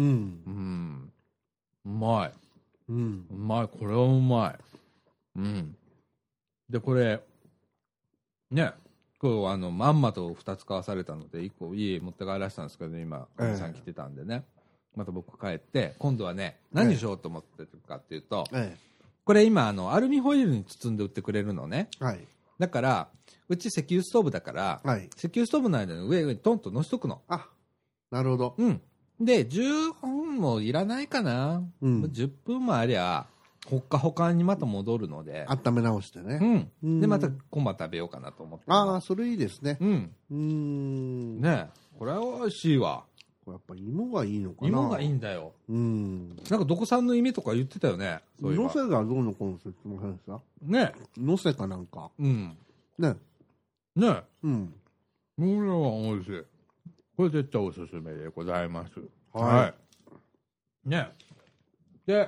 うまい。うまい。これはうまい。で、これ、ね、今日まんまと2つ買わされたので、1個家持って帰らせたんですけど、今、おじさん来てたんでね。また僕帰って、今度はね、何しようと思ってるかっていうと、これ今、アルミホイルに包んで売ってくれるのね。だから、うち石油ストーブだから、石油ストーブの間に上にトンと乗せとくの。 なるほど。 で、10分もいらないかな。10分もありゃ、ほっかほかにまた戻るので。 温め直してね。 で、また今晩食べようかなと思って。 それいいですね。 ねこれは美味しいわ。 やっぱ芋がいいのかな。 芋がいいんだよ。なんかどこさんの意味とか言ってたよね。 のせがどうのこうの説明されてた？ね。のせかなんか。ね。 これは美味しい。これ絶対おすすめでございます。ね。で、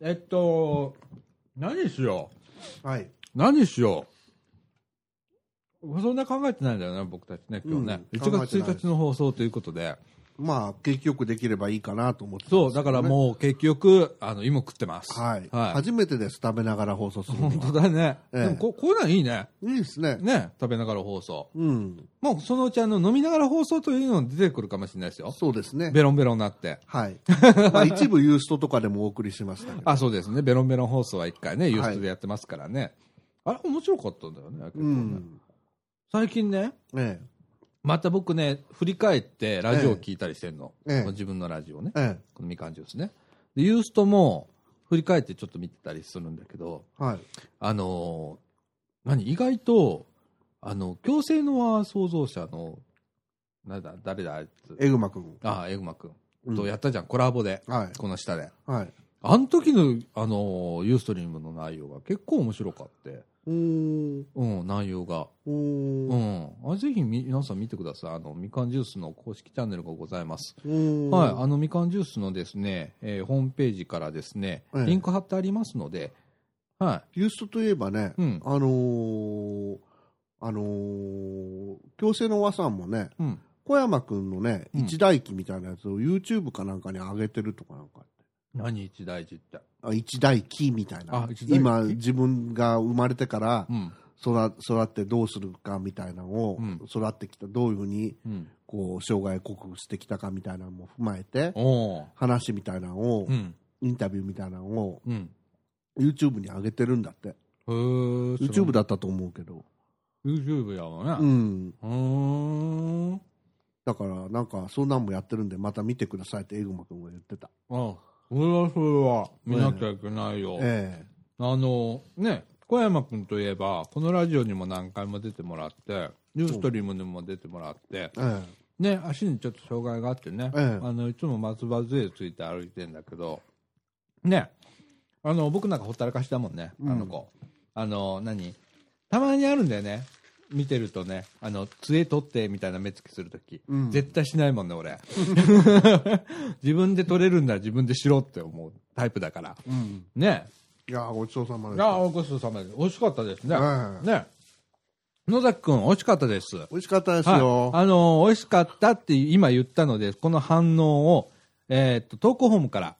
何しよう。何しよう。そんな考えてないんだよね、僕たちね、今日ね。1月1日の放送ということで。 まあ、景気よくできればいいかなと思って、ね、 そう、だからもう景気よく、芋食ってます。 はい。はい、初めてです、食べながら放送するのは。 本当だね。でもこういうのはいいね。 いいですね。 ね、食べながら放送。 うん。 もうそのうち飲みながら放送というの出てくるかもしれないですよ。 そうですね。 ベロンベロンになって。 はい。まあ一部ユーストとかでもお送りしましたけど。 あ、そうですね。ベロンベロン放送は一回ね、ユーストでやってますからね。はい、あれ面白かったんだよね、結構ね。うん、最近ね。また僕ね、振り返ってラジオを聞いたりしてるの。自分のラジオね。このみかんジュースね。で、ユーストも振り返ってちょっと見てたりするんだけど、 はい、 意外と、強制ノア創造者の、誰だあいつ。 エグマくん。 ああ、エグマくん。とやったじゃん、コラボで。 はい。 この下で。 はい。 あの時の、ユーストリームの内容が結構面白かって。うん、内容が。ぜひ皆さん見てください。みかんジュースの公式チャンネルがございます。はい。みかんジュースのですね、ホームページからですね、リンク貼ってありますので、はい。 ユーストといえばね、強制の和さんもね、小山くんのね、一代記みたいなやつを YouTube かなんかに上げてるとかなんか。 何一代記って。 一代記みたいな。今、自分が生まれてから、育ってどうするかみたいなのを、育ってきた、どういうふうに、こう、障害を克服してきたかみたいなのも踏まえて、話みたいなのを、インタビューみたいなのを、YouTube に上げてるんだって。YouTube だったと思うけど。 YouTube やわね。だから、なんか、そんなんもやってるんで、また見てくださいって、エグマくんが言ってた。 それは見なきゃいけないよ。ね、小山くんといえば、このラジオにも何回も出てもらって、ユーストリームにも出てもらって、ね、足にちょっと障害があってね、いつも松葉杖ついて歩いてんだけど、ね、僕なんかほったらかしだもんね、あの子。たまにあるんだよね。見てるとね、杖取ってみたいな目つきするとき、絶対しないもんね、俺。自分で取れるんだら自分でしろって思うタイプだから。ね。 いやごちそうさまです。 いやごちそうさまです。美味しかったですね。ね。野崎くん、美味しかったです。 美味しかったですよ。 美味しかったって今言ったので、この反応を、投稿フォームから、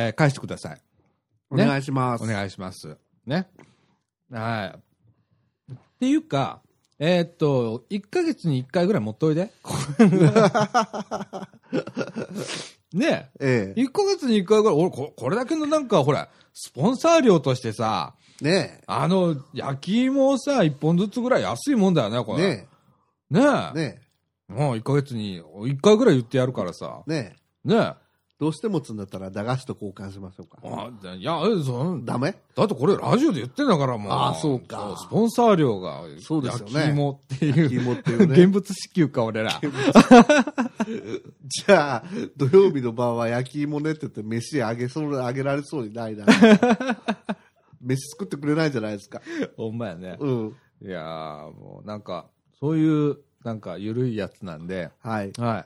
返してください。 お願いします。 お願いします。ね。はい。っていうか、1ヶ月に1回ぐらい持っといで。ねえ。1ヶ月に1回ぐらい、俺、これだけのなんか、ほら、スポンサー料としてさ、 ねえ。焼き芋をさ、1本ずつぐらい安いもんだよね、これ。ねえ。ねえ。ねえ。もう1ヶ月に1回ぐらい言ってやるからさ。 ねえ。ねえ。 どうしてもつんだったら駄菓子と交換しましょうか。 いや、 ダメ？ だってこれラジオで言ってんだからもう。 ああ、そうか。 スポンサー料が、 そうですよね。 焼き芋っていう。 焼き芋っていうね。 現物支給か、俺ら。 じゃあ、土曜日の晩は焼き芋ねって言って飯あげられそうにないな。飯作ってくれないじゃないですか。 ほんまやね。 いやー、もうなんか、そういう、なんか、ゆるいやつなんで。 はい。 はい。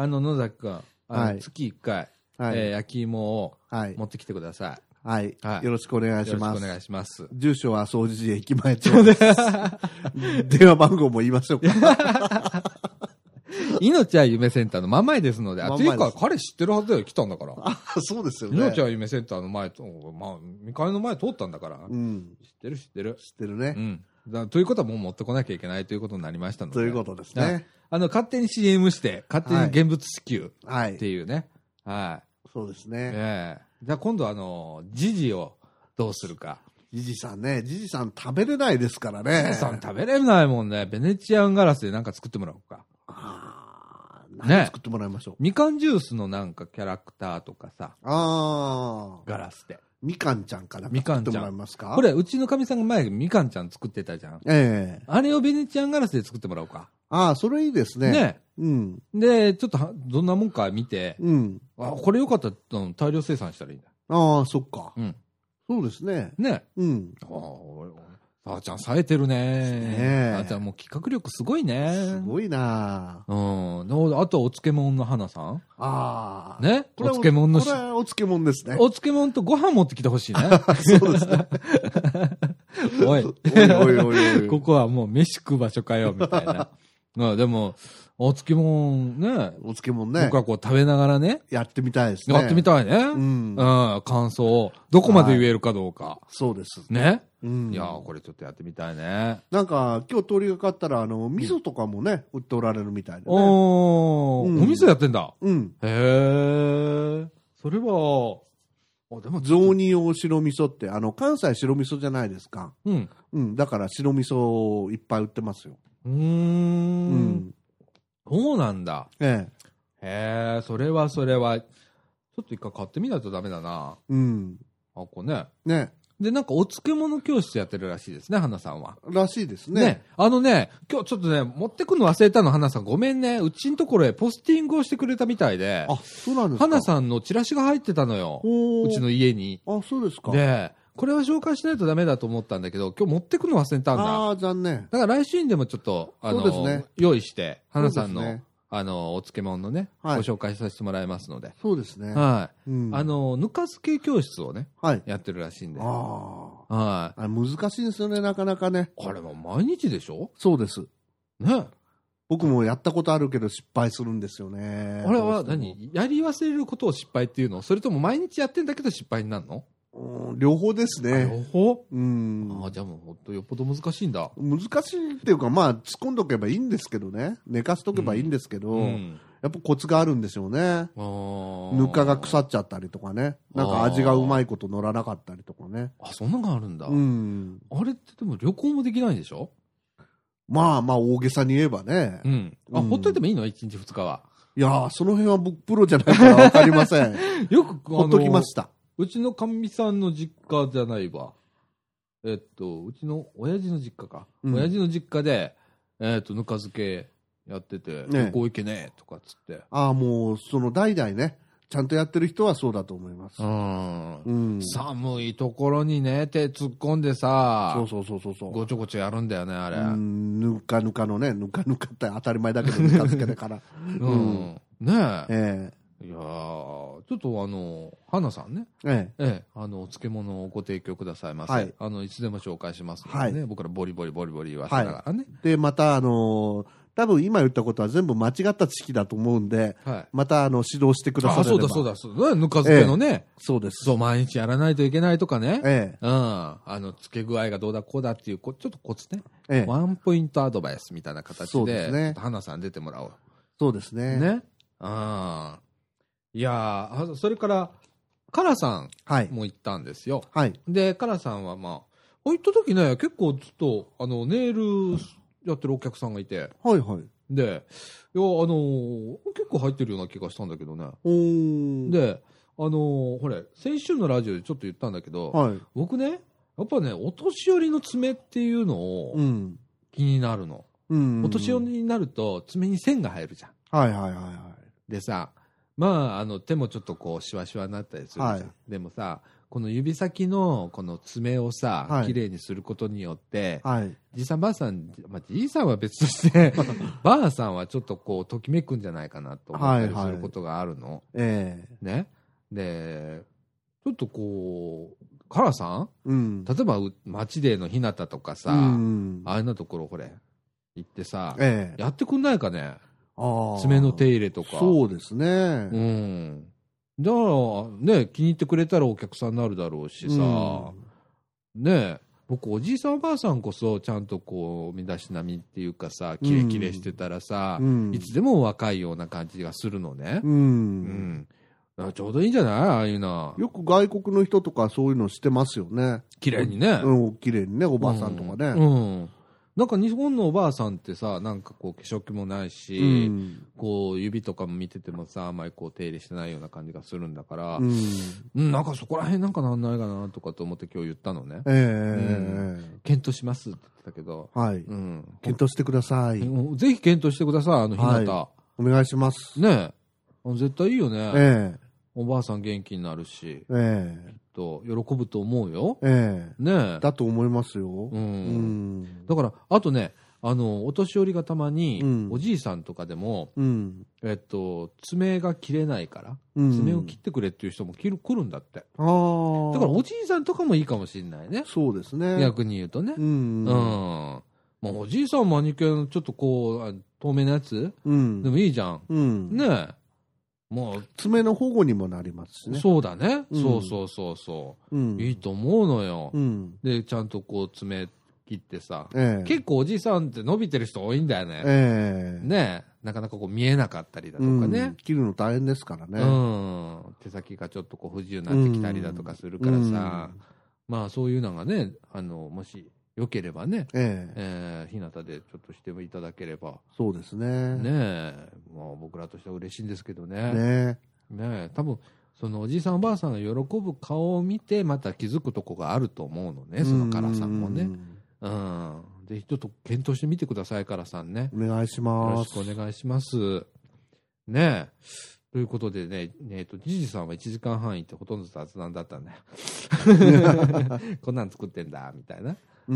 野崎くん、月1回。焼き芋を持ってきてください。はい。よろしくお願いします。 よろしくお願いします。 住所は総除寺駅前町です。電話番号も言いましょうか。 命は夢センターの真前ですので、っていうか彼知ってるはずだよ、来たんだから。 そうですよね。 命は夢センターの前と、2階の前通ったんだから。知ってる。知ってるね。 ということはもう持ってこなきゃいけないということになりましたので。 ということですね。 勝手に CM して、勝手に現物支給っていうね。はい。 そうですね。 じゃあ今度ジジをどうするか。 ジジさんね、ジジさん食べれないですからね。 ジジさん食べれないもんね。ベネチアンガラスでなんか作ってもらおうか。 何作ってもらいましょう。 みかんジュースのなんかキャラクターとかさ。ガラスで。 みかんちゃんから作ってもらえますか？ これ、うちのかみさんが前みかんちゃん作ってたじゃん。あれをベネチアンガラスで作ってもらおうか。 ああ、それいいですね。 ね。で、ちょっとどんなもんか見て、これよかったら大量生産したらいいんだ。 ああ、そっか。そうですね。 ね。さあちゃん冴えてるね。さあちゃんもう企画力すごいね。 すごいな。 あとお漬物の花さん。 ああ。 ね。お漬物のこれはお漬物ですね。 お漬物とご飯持ってきてほしいね。 そうですね。 おい。ここはもう飯食う場所かよ、みたいな。でも、 お漬物ね。 お漬物ね。 僕はこう食べながらね。 やってみたいですね。 やってみたいね。うん。感想を、どこまで言えるかどうか。 そうです。 ね。いやこれちょっとやってみたいね。 なんか、今日通りがかったら、味噌とかもね、売っておられるみたいでね。 お味噌やってんだ。 うん。 へえ。それは、 でも雑煮用白味噌って、関西白味噌じゃないですか。うん。だから白味噌をいっぱい売ってますよ。 そうなんだ。 へえ、それは、ちょっと一回買ってみないとダメだな。こうね。 ね。 で、なんかお漬物教室やってるらしいですね、花さんは。 らしいですね。 ね。今日ちょっとね、持ってくの忘れたの、花さん。ごめんね。うちのところへポスティングをしてくれたみたいで。 あ、そうなんですか。 花さんのチラシが入ってたのよ。うちの家に。 あ、そうですか。 で、これは紹介しないとダメだと思ったんだけど、今日持ってくの忘れたんだ。 ああ、残念。 だから来週にでもちょっと、 そうですね、 用意して、花さんの、お漬物のね、ご紹介させてもらいますので。 そうですね。 はい。ぬか漬け教室をね、やってるらしいんで。 はい。難しいですよね、なかなかね。 これは毎日でしょ？ そうです。 ね。 僕もやったことあるけど失敗するんですよね。 あれは何？やり忘れることを失敗っていうの？それとも毎日やってんだけど失敗になるの？ 両方ですね。 両方？じゃあもうほんとよっぽど難しいんだ。 難しいっていうか、まあ、突っ込んどけばいいんですけどね。寝かしとけばいいんですけど、やっぱコツがあるんでしょうね。ぬかが腐っちゃったりとかね。なんか味がうまいこと乗らなかったりとかね。 あ、そんなのがあるんだ。あれってでも旅行もできないでしょ？ まあまあ大げさに言えばね。 ほっといてもいいの？ 1 日2日は。 いやー、その辺は僕プロじゃないからわかりません。 よくほっときました。 うちのかみさんの実家じゃないわ。うちの親父の実家か。親父の実家で、ぬか漬けやってて、旅行行けねえとかっつって。 ああ、もう、その代々ね、ちゃんとやってる人はそうだと思います。 寒いところにね、手突っ込んでさ、 そう。 ごちょごちょやるんだよね、あれ。 ぬかぬかのね、ぬかぬかって当たり前だけど、ぬか漬けだから。 ねえ。いやちょっと花さんね。漬物をご提供くださいませ。いつでも紹介しますのでね。僕らボリボリ言わせながらね。 で、また多分今言ったことは全部間違った知識だと思うんで、また指導してください。 そうだ。ぬか漬けのね。 そうです。 そう、毎日やらないといけないとかね。漬け具合がどうだこうだっていう、ちょっとコツね。ワンポイントアドバイスみたいな形で、花さん出てもらおう。 そうですね。 ね。いやー、それから、カラさんも行ったんですよ。で、カラさんは行った時ね、結構ずっと、ネイルやってるお客さんがいて。で、いや、結構入ってるような気がしたんだけどね。で、ほれ、先週のラジオでちょっと言ったんだけど、僕ね、やっぱね、お年寄りの爪っていうのを気になるの。お年寄りになると爪に線が入るじゃん。でさ、手もちょっとこう、シワシワになったりするじゃん。でもさ、この指先のこの爪をさ、綺麗にすることによって、じいさんばあさん、じいさんは別として、ばあさんはちょっとこう、ときめくんじゃないかなと思ったりすることがあるの。ね。で、ちょっとこう、カラさん、例えば街での日向とかさ、あんなところ、これ、行ってさ、やってくんないかね。爪の手入れとか。 そうですね。 だからね、気に入ってくれたらお客さんになるだろうしさ、ね、僕おじいさんおばあさんこそちゃんとこう身だしなみっていうかさ、キレキレしてたらさ、いつでも若いような感じがするのね。ちょうどいいんじゃない？ああいうの。 よく外国の人とかそういうのしてますよね。 綺麗にね。 綺麗にね、おばあさんとかね。 なんか日本のおばあさんってさ、なんかこう化粧気もないし、こう指とかも見ててもさ、あんまりこう手入れしてないような感じがするんだから、なんかそこら辺なんかなんないかなとかと思って今日言ったのね。検討しますって言ってたけど。 検討してください。 ぜひ検討してください、日向。 お願いします。 ねえ。絶対いいよね。おばあさん元気になるし、喜ぶと思うよ。ねだと思いますよ。 だから、あとね、お年寄りがたまに、おじいさんとかでも、爪が切れないから、爪を切ってくれっていう人も来るんだって。だからおじいさんとかもいいかもしれないね。 そうですね。 逆に言うとね。 まあ、おじいさんマニキュアのちょっとこう、透明なやつ、でもいいじゃん。ねえ。もう。 爪の保護にもなりますしね。 そうだね。そうそう。いいと思うのよ。で、ちゃんとこう爪切ってさ。結構おじいさんって伸びてる人多いんだよね。ねえ。なかなかこう見えなかったりだとかね。 切るの大変ですからね。 手先がちょっとこう不自由になってきたりだとかするからさ。まあそういうのがね、もしよければね、日向でちょっとしていただければ。 そうですね。 ねえ、まあ僕らとしては嬉しいんですけどね。ねえ、多分、そのおじいさんおばあさんが喜ぶ顔を見て、また気づくとこがあると思うのね、そのカラさんもね。ぜひちょっと検討してみてください、カラさんね。 お願いします。 よろしくお願いします。ねえ。ということでね、じじさんは1時間半いってほとんど雑談だったんだよ。こんなん作ってんだ、みたいな。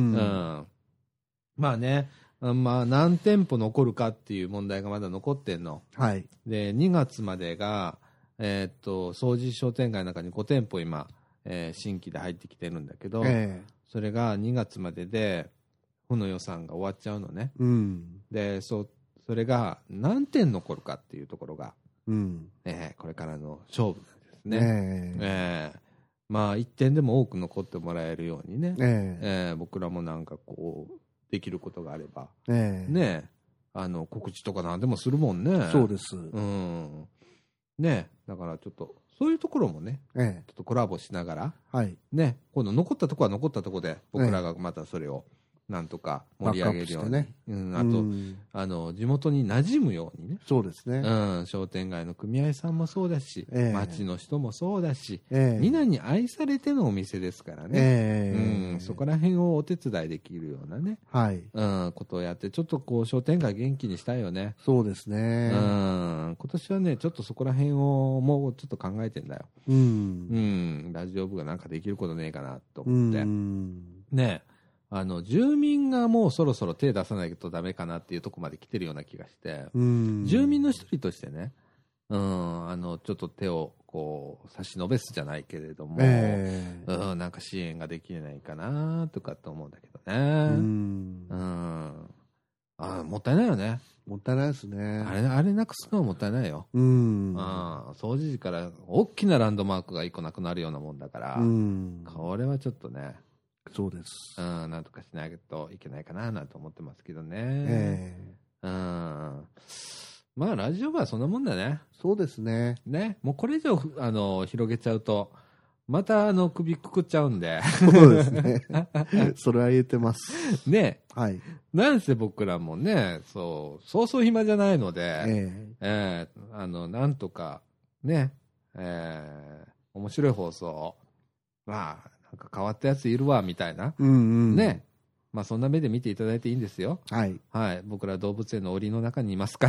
まあね、まあ何店舗残るかっていう問題がまだ残ってんの。で、2月までが、掃除商店街の中に5店舗今、新規で入ってきてるんだけど、それが2月までで、負の予算が終わっちゃうのね。で、それが何点残るかっていうところが、これからの勝負なんですね。まあ1点でも多く残ってもらえるようにね、僕らもなんかこうできることがあれば、ね、告知とかなんでもするもんね。 そうです。 ね、だからちょっとそういうところもね、ちょっとコラボしながら、ね、今度残ったところは残ったところで僕らがまたそれをなんとか盛り上げるように、あと、地元に馴染むようにね。 そうですね。 商店街の組合さんもそうだし、町の人もそうだし、みんなに愛されてのお店ですからね。そこら辺をお手伝いできるようなね、ことをやって、ちょっとこう商店街元気にしたいよね。 そうですね。 今年はね、ちょっとそこら辺をもうちょっと考えてんだよ。ラジオ部がなんかできることねえかなと思って。ね。住民がもうそろそろ手出さないとダメかなっていうところまで来てるような気がして、住民の一人としてね、ちょっと手をこう差し伸べすじゃないけれども、なんか支援ができないかなとかって思うんだけどね。もったいないよね。 もったいないですね。 あれなくすのはもったいないよ。掃除時から大きなランドマークが一個なくなるようなもんだから、これはちょっとね、 そうです。 なんとかしないといけないかななんて思ってますけどね。まあラジオ部はそんなもんだね。 そうですね。 ね、もうこれ以上広げちゃうとまた首くくっちゃうんで。 そうですね。それは言えてます。 ね。なんせ僕らもね、そうそう暇じゃないので、なんとかね、面白い放送、まあなんか変わったやついるわみたいな、ね。まあそんな目で見ていただいていいんですよ。僕ら動物園の檻の中にいますから。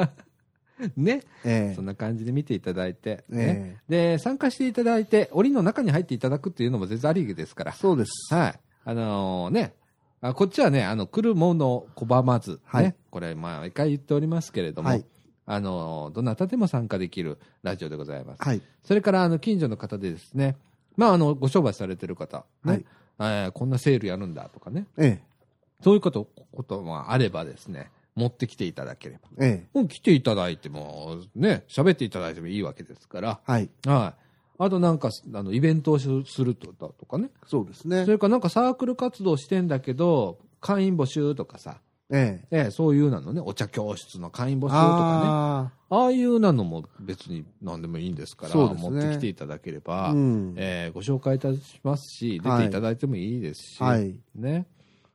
ね、そんな感じで見ていただいて、で参加していただいて檻の中に入っていただくっていうのも全然ありですから。 そうです。 ね、こっちはね来るもの拒まず、ね、これ毎回言っておりますけれども、どなたでも参加できるラジオでございます。それから近所の方でですね、まあご商売されてる方、ね、こんなセールやるんだとかね、そういうことがあればですね、持ってきていただければ、もう来ていただいてもね、喋っていただいてもいいわけですから、あとなんかイベントをするとかね、 そうですね。 それからなんかサークル活動してんだけど会員募集とかさ、そういうのね、お茶教室の会員募集とかね、ああいうのも別に何でもいいんですから、持ってきていただければ、ご紹介いたしますし、出ていただいてもいいですし、ね、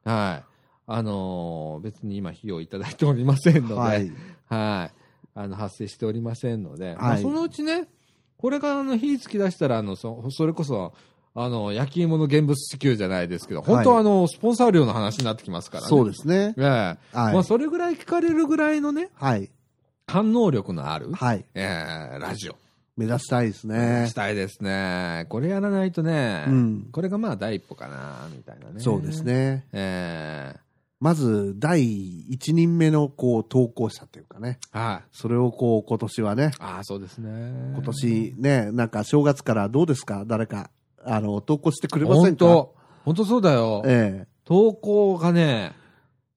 別に今費用いただいておりませんので、発生しておりませんので、そのうちね、これから火つき出したらそれこそ焼き芋の現物支給じゃないですけど、本当はスポンサー料の話になってきますからね。 そうですね。 まあそれぐらい聞かれるぐらいのね、反応力のある、ラジオ。 目指したいですね。目指したいですね。これやらないとね、これがまあ第一歩かな、みたいなね。 そうですね。まず、第一人目の投稿者というかね。それを今年はね。 そうですね。 今年ね、なんか正月からどうですか？誰か、投稿してくれませんか？ 本当そうだよ。投稿がね、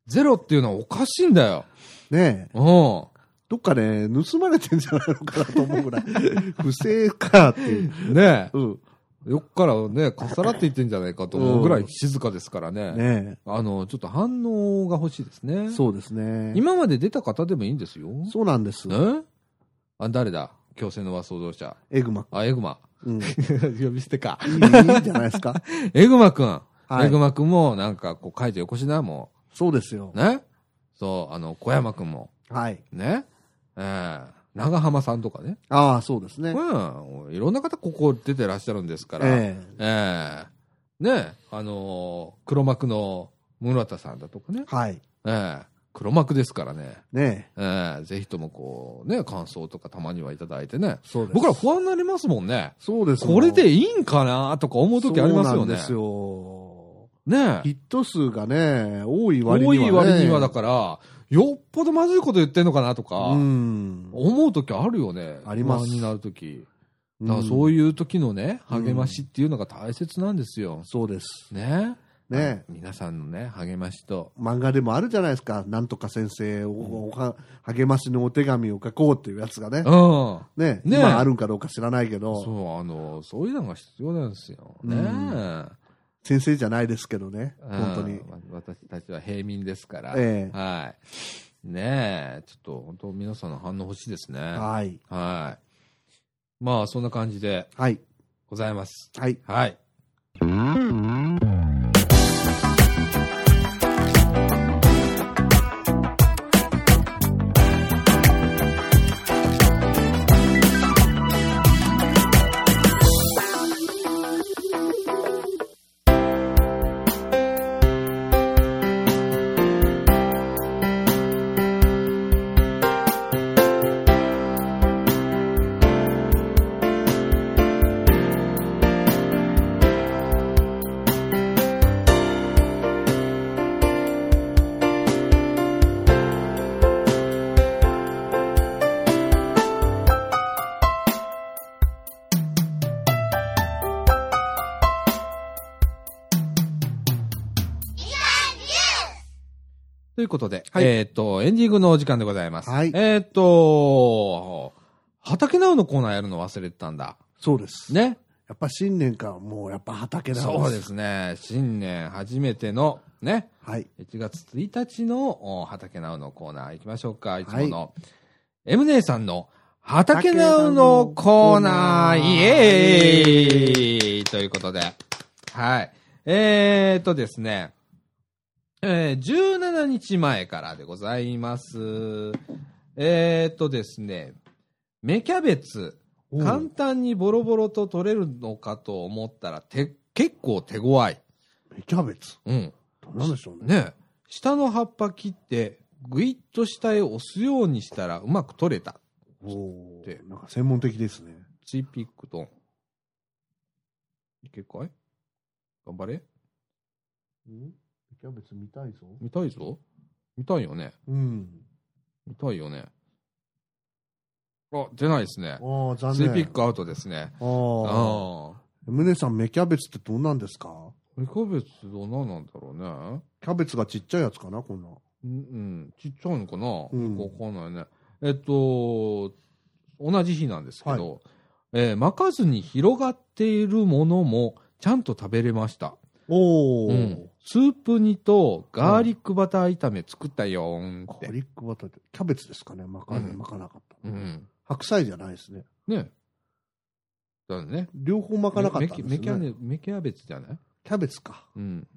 ゼロっていうのはおかしいんだよ。 ねえ。どっかで盗まれてんじゃないのかなと思うぐらい。不正かっていう。 ねえ。よっからね、かっさらっていってんじゃないかと思うぐらい静かですからね。 ねちょっと反応が欲しいですね。 そうですね。 今まで出た方でもいいんですよ。 そうなんです。 誰だ強制の和創造者。 エグマ。 エグマ。呼び捨てか。 いいんじゃないですか。 エグマくん。エグマくんもなんかこう書いてよこしな、もう。そうですよ。 ね。そう、小山くんも。 はい。 ね。長浜さんとかね。 ああ、そうですね。 いろんな方ここ出てらっしゃるんですから。ね、黒幕の室田さんだとかね。 はい。 黒幕ですからね。 ねぜひともこう、ね、感想とかたまにはいただいてね。 そうです。 僕ら不安になりますもんね。 そうです。 これでいいんかなとか思うときありますよね。そうなんですよ。 ねヒット数がね、多い割にはね。 多い割にはだから、よっぽどまずいこと言ってんのかなとか、思うときあるよね。 あります。 不安になるとき。だからそういう時のね、励ましっていうのが大切なんですよ。 そうです。 ね。皆さんのね、励ましと。 漫画でもあるじゃないですか。なんとか先生を、励ましのお手紙を書こうっていうやつがね。ね。今あるんかどうか知らないけど。 そういうのが必要なんですよ。ね。 先生じゃないですけどね。本当に。 私たちは平民ですから。はい。ねえ。ちょっと本当皆さんの反応欲しいですね。 はい。 はい。まあ、そんな感じで。 はい。 ございます。 はい。 はい。ということで、エンディングのお時間でございます。 はい。 畑直のコーナーやるの忘れてたんだ。 そうです。 ね。 やっぱ新年か、もうやっぱ畑直そうですね。新年初めての、ね。 はい。 1月1日の畑直のコーナー行きましょうか。いつもの。M 姉さんの畑直のコーナー、イエーイということで。はい。ですね。17日前からでございます。ですね、芽キャベツ、簡単にボロボロと取れるのかと思ったら、結構手強い。 芽キャベツどうなんでしょうね。 ね。下の葉っぱ切って、ぐいっと下へ押すようにしたらうまく取れた。 なんか専門的ですね。 ツイピックトン。いけるかい？頑張れ。 キャベツ見たいぞ。 見たいぞ。見たいよね。見たいよね。出ないですね。 残念。 ツイピックアウトですね。 宗さん、芽キャベツってどんなんですか？ 芽キャベツどんなんなんだろうね。 キャベツがちっちゃいやつかな、こんな。 ちっちゃいのかな？よくわかんないね。同じ日なんですけど、巻かずに広がっているものもちゃんと食べれました。スープ煮とガーリックバター炒め作ったよーんって。 ガーリックバターって、キャベツですかね、巻かなかった。白菜じゃないですね。 ね。だね。 両方巻かなかったんですね。 芽キャベツじゃない？ キャベツか。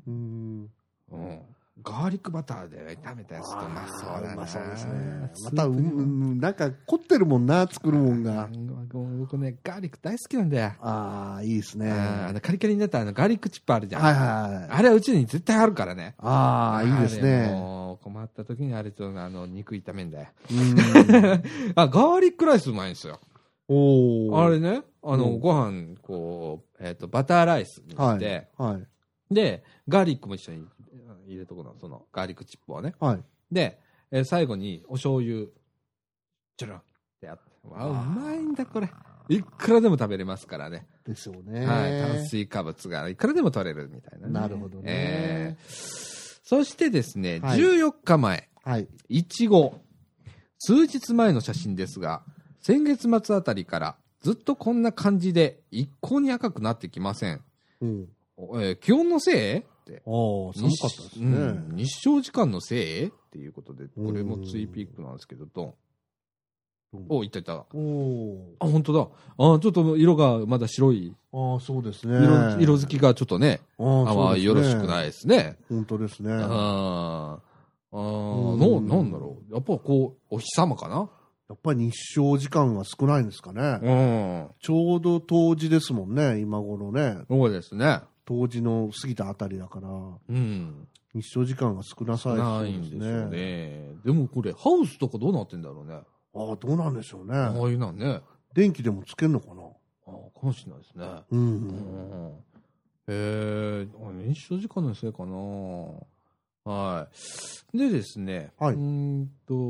ガーリックバターで炒めたやつとうまそうだね。 うまそうですね。また、なんか凝ってるもんな、作るもんが。 僕ね、ガーリック大好きなんだよ。 いいですね。 カリカリになったガーリックチップあるじゃん。 あれはうちに絶対あるからね。 いいですね。 もう困った時にあれと肉炒めんだよ。ガーリックライスうまいんですよ。あれね、ご飯、バターライスにして、で、ガーリックも一緒に入れとくの、そのガーリックチップをね。で、最後にお醤油、ちょろってやって。うまいんだ、これ。いくらでも食べれますからね。 ですよね。 炭水化物がいくらでも取れるみたいなね。 なるほどね。 そしてですね、14日前。はい。いちご。数日前の写真ですが、先月末あたりからずっとこんな感じで一向に赤くなってきません。うん。気温のせいって。 ああ、寒かったですね、 日照時間のせいっていうことで、これもツイピックなんですけど、ドン。お、いったいった。おあ、本当だ。あ、ちょっと色がまだ白い。 ああ、そうですね。 色づきがちょっとね、よろしくないですね。 本当ですね。なんだろう。やっぱこう、お日様かな？ やっぱり日照時間が少ないんですかね。ちょうど冬至ですもんね、今頃ね。 そうですね。 冬至の過ぎたあたりだから。日照時間が少なさいですね。ないんでしょうね。でもこれ、ハウスとかどうなってんだろうね。 ああ、どうなんでしょうね。ああいうのね。 電気でもつけんのかな？ ああ、かもしれないですね。日照時間のせいかな。はい。でですね。はい。結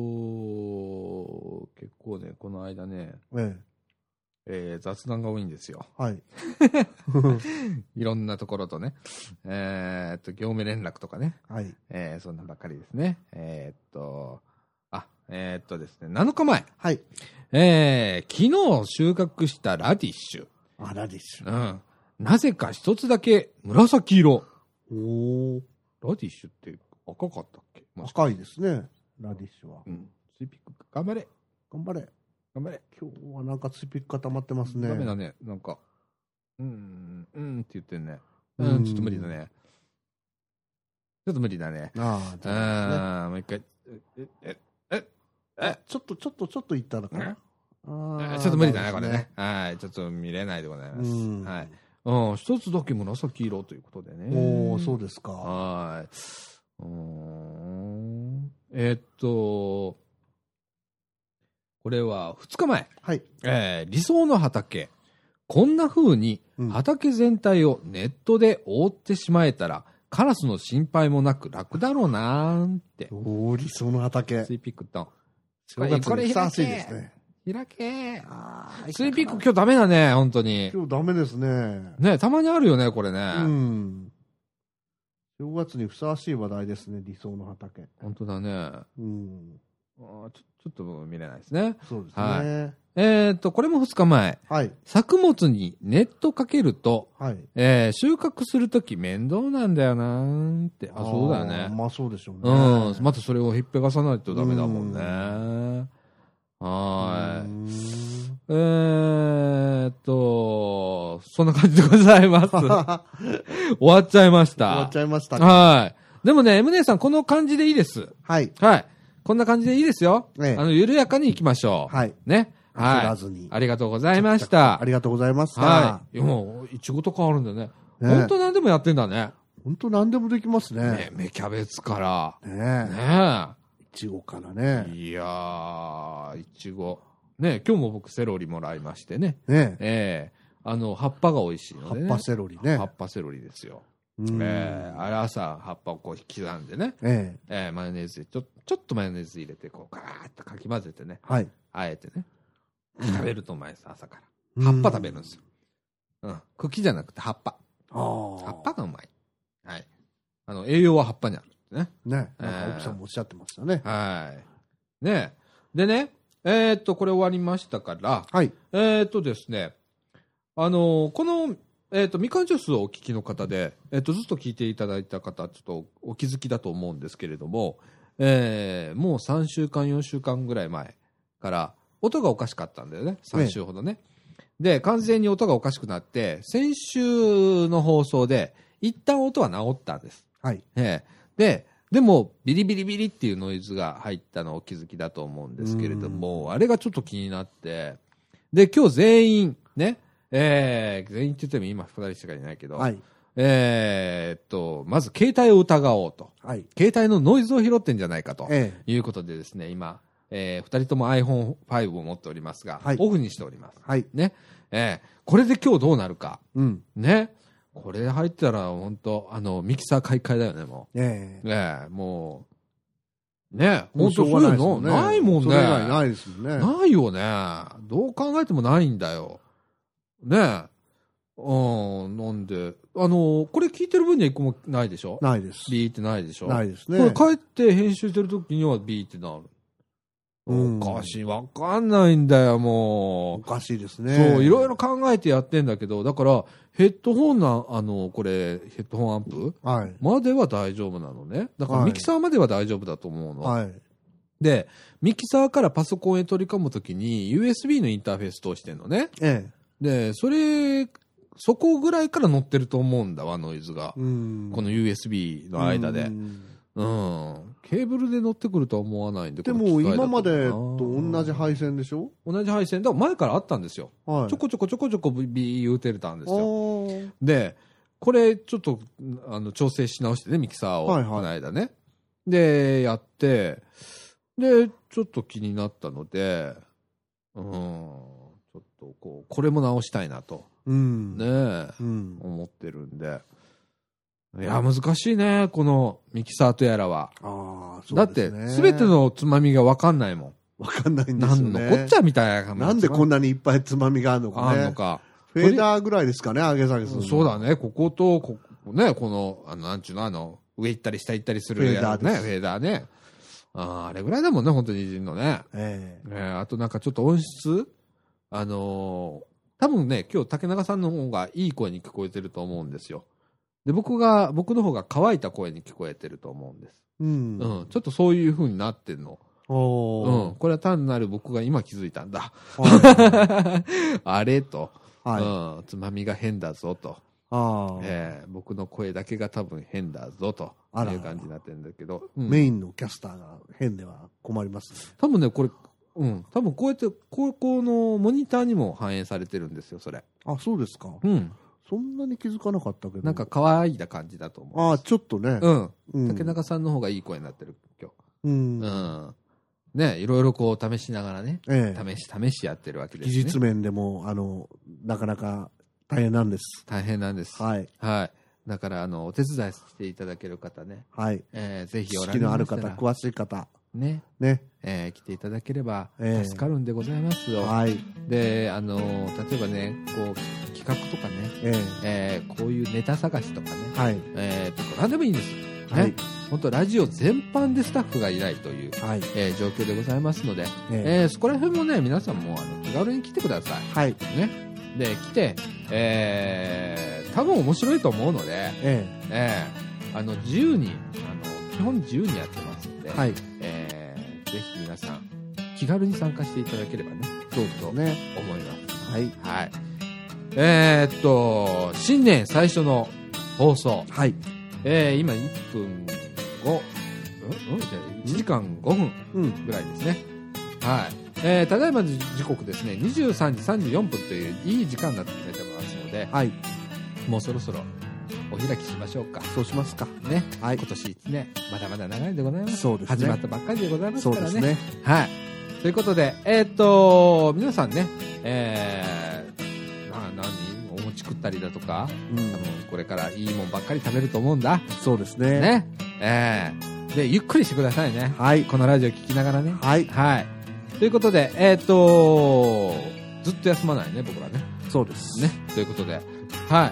構ね、この間ね、雑談が多いんですよ。はい。いろんなところとね。業務連絡とかね。はい。そんなばっかりですね。ですね、7日前。はい。昨日収穫したラディッシュ。 あ、ラディッシュ。 うん。なぜか一つだけ紫色。おー。ラディッシュって赤かったっけ？ 赤いですね、ラディッシュは。 うん。ツイピック、頑張れ。 頑張れ。 頑張れ。 今日はなんかツイピック固まってますね。 ダメだね。なんか、って言ってんね。ちょっと無理だね。ちょっと無理だね。ああ、もう一回。 ちょっと言ったのかな？ ちょっと無理だね、これね。はい。ちょっと見れないでございます。はい。一つだけ紫色ということでね。 おー、そうですか。 はい。これは2日前。はい。理想の畑。こんな風に畑全体をネットで覆ってしまえたら、カラスの心配もなく楽だろうなーって。 おー、理想の畑。 ツイピックと。 これふさわしいですね。 開けー。ツイピック今日ダメだね、本当に。 今日ダメですね。 ね、たまにあるよね、これね。 正月にふさわしい話題ですね、理想の畑。 本当だね。ちょっと見れないですね。 そうですね。 これも2日前。はい。作物にネットかけると、はい。収穫するとき面倒なんだよなーって。あ、そうだよね。 まあそうでしょうね。 またそれをひっぺがさないとダメだもんね。はい。そんな感じでございます。終わっちゃいました。 終わっちゃいました。 はい。でもね、M 姉さんこの感じでいいです。はい。はい。こんな感じでいいですよ。緩やかに行きましょう。はい。ね。はい。ありがとうございました。 ありがとうございました。 はい。もう、いちごと変わるんだよね。ほんと何でもやってんだね。 ほんと何でもできますね。 芽キャベツから。 ねいちごからね。 いやー、いちご。ね、今日も僕セロリもらいましてね。ね葉っぱが美味しいのでね。 葉っぱセロリね。 葉っぱセロリですよ。あれ朝葉っぱをこう刻んでね。マヨネーズでちょっとマヨネーズ入れて、こうガーッとかき混ぜてね。はい。あえてね。食べるとうまいです、朝から。葉っぱ食べるんですよ。茎じゃなくて葉っぱ。葉っぱがうまい。はい。栄養は葉っぱにある。ね。 なんか奥さんもおっしゃってましたね。 はい。ね。でね、これ終わりましたから、はい。ですね、この、みかんジュースをお聞きの方で、ずっと聞いていただいた方、ちょっとお気づきだと思うんですけれども、もう3週間、4週間ぐらい前から、音がおかしかったんだよね。3週ほどね。で、完全に音がおかしくなって、先週の放送で、一旦音は治ったんです。はい。でも、ビリビリビリっていうノイズが入ったのをお気づきだと思うんですけれども、あれがちょっと気になって、で、今日全員、ね、全員って言っても今2人しかいないけど、はい、まず携帯を疑おうと。はい、携帯のノイズを拾ってんじゃないかということでですね、今、2人とも iPhone5 を持っておりますが、はい、オフにしております。はい、ね、これで今日どうなるか。ね。これ入ったら本当ミキサー買い替えだよね、もう。もう。ね、本当そういうのないもんね。 ないですもんね。 ないよね。どう考えてもないんだよ。ねなんで、これ聞いてる分には一個もないでしょ？ ないです。 ビーってないでしょ？ ないですね。 これ帰って編集してる時にはビーってなる。おかしい。わかんないんだよ、もう。 おかしいですね。 そう、いろいろ考えてやってんだけど、だから、ヘッドホンこれ、ヘッドホンアンプ、 はい、 までは大丈夫なのね。だからミキサーまでは大丈夫だと思うの。 はい。 で、ミキサーからパソコンへ取り込むときに USB のインターフェース通してんのね。 えで、 え。 そこぐらいから乗ってると思うんだわ、ノイズが。この USB の間で。ケーブルで乗ってくるとは思わないんで。 でも今までと同じ配線でしょ？ 同じ配線。だから前からあったんですよ。はい、ちょこちょこビー言うてたんですよ。で、これちょっと調整し直してね、ミキサーを。はいはい、この間ね。で、やって、で、ちょっと気になったので、ちょっとこれも直したいなと。ねえ、思ってるんで。いや、難しいね、このミキサーとやらは。そうですね。だって、すべてのつまみがわかんないもん。 わかんないんですよね。 なんのこっちゃみたいな感じ。 なんでこんなにいっぱいつまみがあるのかね。フェーダーぐらいですかね、上げ下げするの。 そうだね、こことここね、この、なんちゅうの、上行ったり下行ったりするやつね、フェーダーね。あれぐらいだもんね、本当にいじるのね。あとなんかちょっと音質多分ね、今日竹中さんの方がいい声に聞こえてると思うんですよ。で、僕の方が乾いた声に聞こえてると思うんです。ちょっとそういう風になってんの。これは単なる僕が今気づいたんだ。あれと、つまみが変だぞと。僕の声だけが多分変だぞという感じになってるんだけど、 メインのキャスターが変では困ります、ね。 多分ね、これ、多分こうやって高校のモニターにも反映されてるんですよ、それ。 あ、そうですか。そんなに気づかなかったけど。 なんか可愛いな感じだと思う。 ちょっとね。 竹中さんの方がいい声になってる、今日。ね、いろいろこう試しながらね、試しやってるわけですね。 技術面でも、なかなか大変なんです。 大変なんです。はい。だから、お手伝いしていただける方ね。 はい。 ぜひおられましたら。知識のある方、詳しい方。 ね。来ていただければ助かるんでございますよ。はい。で、例えばね、企画とかね、こういうネタ探しとかね、はい。とか、何でもいいんです。はい。本当ラジオ全般でスタッフがいないという、はい。状況でございますので、そこら辺もね、皆さんも気軽に来てください。はい。ね。で、来て、多分面白いと思うので、自由に、基本自由にやってますので、はい。ぜひ皆さん、気軽に参加していただければね、そうと思います。はい。はい。新年最初の放送。はい。今1分5、1時間5分ぐらいですね。はい。ただいま時刻ですね、23時34分といういい時間になってきてますので、はい。もうそろそろお開きしましょうか。 そうしますか。 ね。はい。今年1年、まだまだ長いでございます。 そうですね。 始まったばっかりでございますからね。 そうですね。 はい。ということで、皆さんね、お餅食ったりだとか、これからいいもんばっかり食べると思うんだ。 そうですね。 ね。で、ゆっくりしてくださいね。はい。このラジオ聞きながらね。はい。はい。ということで、ずっと休まないね、僕らね。 そうです。 ね。ということで、はい。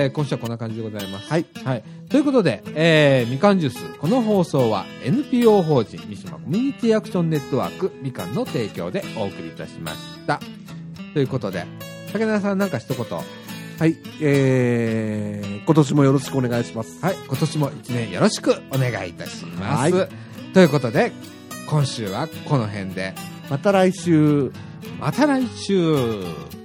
今週はこんな感じでございます。はい。はい。ということで、みかんジュース。この放送は NPO 法人三島コミュニティアクションネットワークみかんの提供でお送りいたしました。ということで、竹田さんなんか一言。 はい。今年もよろしくお願いします。 はい。今年も一年よろしくお願いいたします。はい。ということで、今週はこの辺で。 また来週。 また来週。